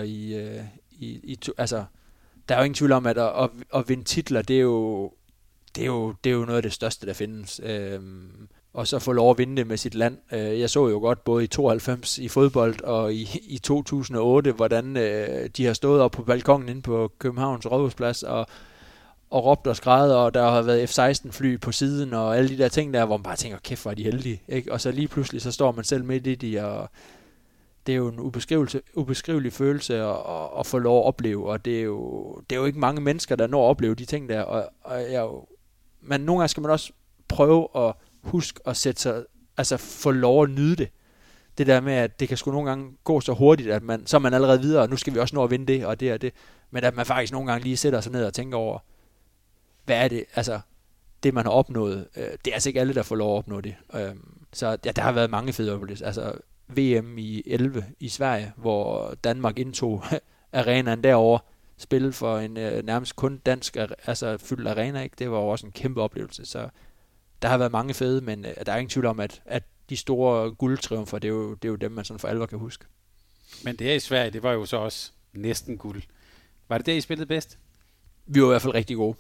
altså, der er jo ingen tvivl om, at vinde titler, det er jo noget af det største, der findes. Og så få lov at vinde det med sit land. Jeg så jo godt både i 92 i fodbold og i 2008, hvordan de har stået op på balkongen inde på Københavns Rådhusplads og råbt og skrædet, og der har været F-16-fly på siden og alle de der ting der, hvor man bare tænker, kæft, hvor er de heldige. Ikke? Og så lige pludselig, så står man selv midt i det, og det er jo en ubeskrivelig følelse at få lov at opleve, og det er jo ikke mange mennesker, der når at opleve de ting der, men nogle gange skal man også prøve at husk at sætte sig, altså få lov at nyde det. Det der med, at det kan sgu nogle gange gå så hurtigt, at så er man allerede videre, og nu skal vi også nå at vinde det, og det og det. Men at man faktisk nogle gange lige sætter sig ned og tænker over, hvad er det, altså det man har opnået. Det er altså ikke alle, der får lov at opnå det. Så ja, der har været mange fede oplevelser. Altså VM i 11 i Sverige, hvor Danmark indtog arenaen derovre, spillet for en nærmest kun dansk, altså fyldt arena, ikke? Det var også en kæmpe oplevelse, så der har været mange fede, men der er ingen tvivl om, at de store guldtriumfer, det er jo dem, man sådan for alvor kan huske. Men det her i Sverige, det var jo så også næsten guld. Var det der, I spillede bedst? Vi var i hvert fald rigtig gode,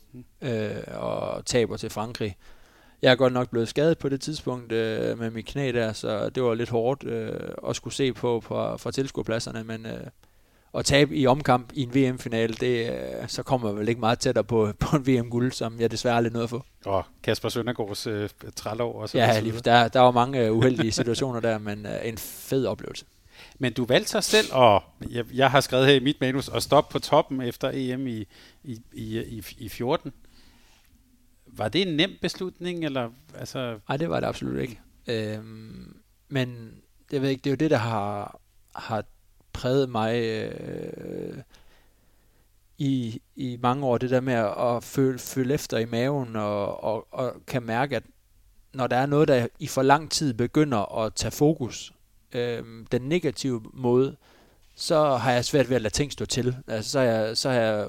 og taber til Frankrig. Jeg er godt nok blevet skadet på det tidspunkt med mit knæ der, så det var lidt hårdt at skulle se på fra tilskuerpladserne, men at tabe i omkamp i en VM-finale, så kommer man vel ikke meget tættere på en VM-guld, som jeg desværre aldrig nåede at få. Og Kasper Søndergaards trælår og så. Ja, der var mange uheldige situationer der, men en fed oplevelse. Men du valgte sig selv, og jeg har skrevet her i mit manus, at stoppe på toppen efter EM i 14. Var det en nem beslutning, eller altså? Nej, det var det absolut ikke. Men jeg ved ikke, det er jo det, der har præget mig i mange år, det der med at føle efter i maven og kan mærke, at når der er noget, der i for lang tid begynder at tage fokus, den negative måde, så har jeg svært ved at lade ting stå til. Altså, så har jeg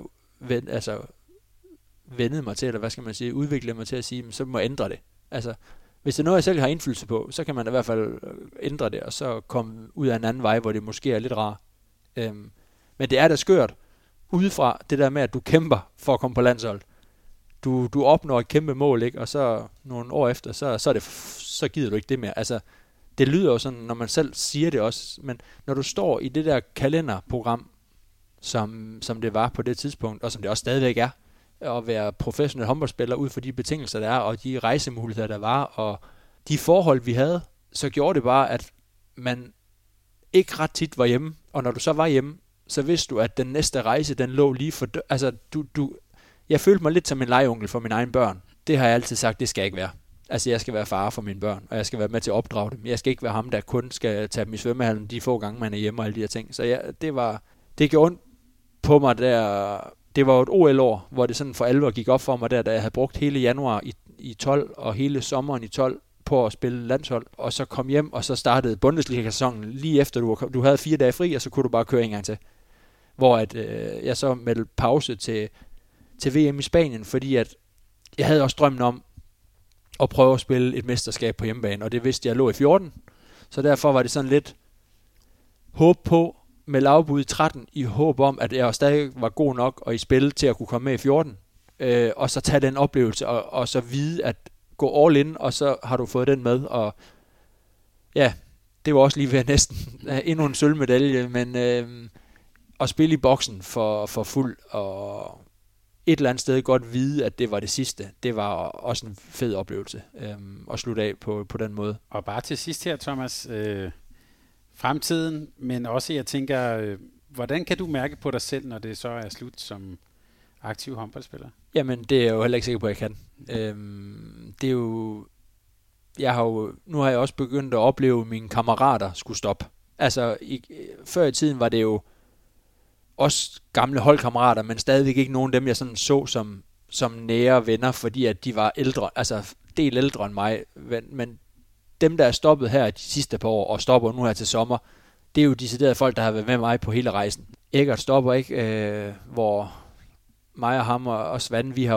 vendet mig til, eller hvad skal man sige, udviklet mig til at sige, så må jeg ændre det. Altså, hvis det er noget, jeg selv har indflydelse på, så kan man i hvert fald ændre det, og så komme ud af en anden vej, hvor det måske er lidt rar. Men det er da skørt, udefra det der med, at du kæmper for at komme på landshold. Du opnår et kæmpe mål, ikke? Og så nogle år efter, så gider du ikke det mere. Altså, det lyder jo sådan, når man selv siger det også, men når du står i det der kalenderprogram, som det var på det tidspunkt, og som det også stadigvæk er, at være professionel håndboldspiller ud for de betingelser, der er, og de rejsemuligheder, der var, og de forhold, vi havde, så gjorde det bare, at man ikke ret tit var hjemme, og når du så var hjemme, så vidste du, at den næste rejse, den lå lige for altså, jeg følte mig lidt som en legeonkel for mine egne børn. Det har jeg altid sagt, det skal jeg ikke være. Altså, jeg skal være far for mine børn, og jeg skal være med til at opdrage dem. Jeg skal ikke være ham, der kun skal tage dem i svømmehallen de få gange, man er hjemme og alle de her ting. Så det gjorde ondt på mig der. Det var jo et OL-år, hvor det sådan for alvor gik op for mig der, da jeg havde brugt hele januar i 12 og hele sommeren i 12 på at spille landshold, og så kom hjem, og så startede Bundesliga-sæsonen lige efter du havde 4 dage fri, og så kunne du bare køre en gang til. Hvor at jeg så meldte pause til VM i Spanien, fordi at jeg havde også drømmen om at prøve at spille et mesterskab på hjemmebane, og det vidste jeg lå i 14, så derfor var det sådan lidt håb på med lavbud i 13, i håb om, at jeg stadig var god nok og i spil til at kunne komme med i 14, og så tage den oplevelse, og så vide, at gå all in, og så har du fået den med, og ja, det var også lige ved næsten endnu en sølvmedalje, men at spille i boksen for fuld, og et eller andet sted godt vide, at det var det sidste, det var også en fed oplevelse at slutte af på den måde. Og bare til sidst her, Thomas, fremtiden, men også jeg tænker, hvordan kan du mærke på dig selv, når det så er slut som aktiv håndboldspiller? Jamen, det er jeg jo heller ikke sikker på, at jeg kan. Det er jo... Nu har jeg også begyndt at opleve, at mine kammerater skulle stoppe. Altså, før i tiden var det jo også gamle holdkammerater, men stadigvæk ikke nogen af dem, jeg sådan så som nære venner, fordi at de var ældre, altså del ældre end mig. Men dem, der er stoppet her de sidste par år, og stopper nu her til sommer, det er jo deciderede folk, der har været med mig på hele rejsen. Eggert stopper ikke, hvor mig og ham og Svend, vi har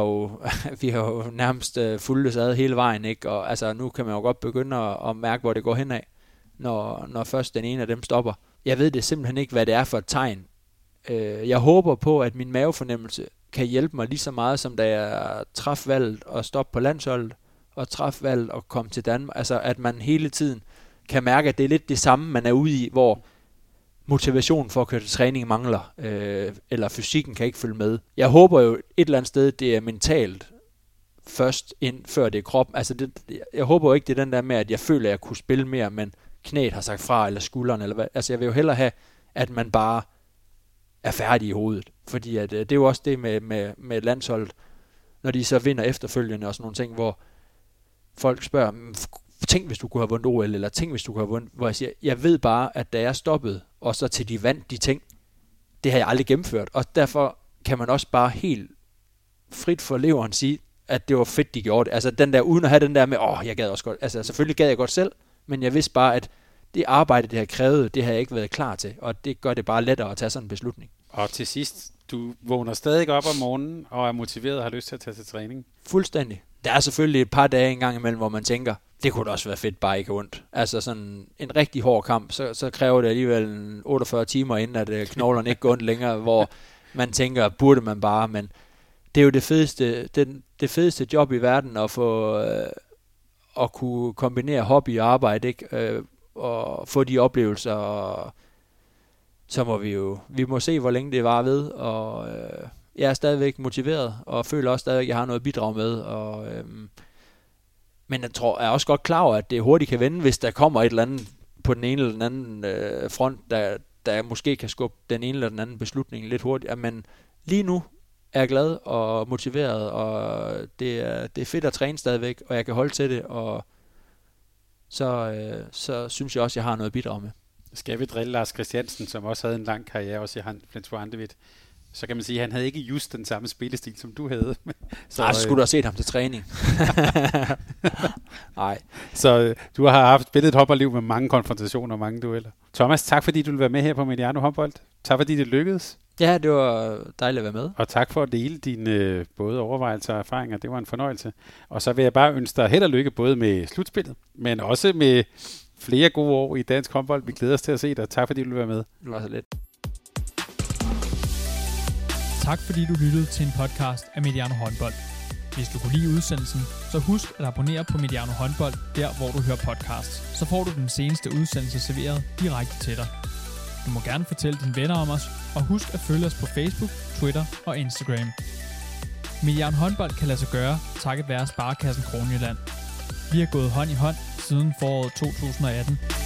jo nærmest fulgtes ad hele vejen, ikke? Og altså, nu kan man jo godt begynde at mærke, hvor det går henad, når først den ene af dem stopper. Jeg ved det simpelthen ikke, hvad det er for et tegn. Jeg håber på, at min mavefornemmelse kan hjælpe mig lige så meget, som da jeg traf valget og stoppe på landsholdet, og traf valget og komme til Danmark. Altså, at man hele tiden kan mærke, at det er lidt det samme, man er ude i, hvor motivationen for at køre til træning mangler, eller fysikken kan ikke følge med. Jeg håber jo et eller andet sted, det er mentalt først ind, før det er kroppen. Altså jeg håber jo ikke, det er den der med, at jeg føler, at jeg kunne spille mere, men knæet har sagt fra, eller skulderen, eller hvad. Altså jeg vil jo hellere have, at man bare er færdig i hovedet. Fordi at, det er jo også det med landsholdet, når de så vinder efterfølgende og sådan nogle ting, hvor folk spørger, tænk hvis du kunne have vundet OL, eller tænk hvis du kunne have vundet, hvor jeg siger, jeg ved bare, at da jeg stoppede, og så til de vandt de ting, det har jeg aldrig gennemført, og derfor kan man også bare helt frit for leveren sige, at det var fedt, de gjorde det. Altså den der, uden at have den der med, jeg gad også godt, altså selvfølgelig gad jeg godt selv, men jeg vidste bare, at det arbejde, det har krævet, det har jeg ikke været klar til, og det gør det bare lettere at tage sådan en beslutning. Og til sidst, du vågner stadig op om morgenen, og er motiveret og har lyst til at tage til træning? Fuldstændig. Der er selvfølgelig et par dage en gang imellem, hvor man tænker, det kunne da også være fedt, bare ikke ondt. Altså sådan en rigtig hård kamp, så kræver det alligevel 48 timer, inden at knoglerne ikke går ondt længere, hvor man tænker, burde man bare, men det er jo det fedeste job i verden, at få at kunne kombinere hobby og arbejde, ikke? Og få de oplevelser, og så må vi må se, hvor længe det varer ved, og jeg er stadigvæk motiveret, og føler også stadigvæk, at jeg har noget at bidrage med, og men jeg er også godt klar over, at det hurtigt kan vende, hvis der kommer et eller andet på den ene eller den anden front, der måske kan skubbe den ene eller den anden beslutning lidt hurtigt. Men lige nu er jeg glad og motiveret, og det er fedt at træne stadigvæk, og jeg kan holde til det, og så synes jeg også, at jeg har noget at bidrage med. Skal vi drille Lars Christiansen, som også havde en lang karriere, også i Flensborg Handewitt, så kan man sige, at han havde ikke just den samme spillestil, som du havde. Så skulle du have set ham til træning. Nej. Så du har haft spillet et håndboldliv med mange konfrontationer og mange dueller. Thomas, tak fordi du ville være med her på Mediano Håndbold. Tak fordi det lykkedes. Ja, det var dejligt at være med. Og tak for at dele dine både overvejelser og erfaringer. Det var en fornøjelse. Og så vil jeg bare ønske dig held og lykke både med slutspillet, men også med flere gode år i dansk håndbold. Vi glæder os til at se dig. Tak fordi du ville være med. Det var så lidt. Tak fordi du lyttede til en podcast af Mediano Håndbold. Hvis du kunne lide udsendelsen, så husk at abonnere på Mediano Håndbold, der hvor du hører podcasts. Så får du den seneste udsendelse serveret direkte til dig. Du må gerne fortælle dine venner om os, og husk at følge os på Facebook, Twitter og Instagram. Mediano Håndbold kan lade sig gøre, takket være Sparekassen Kronjylland. Vi har gået hånd i hånd siden foråret 2018.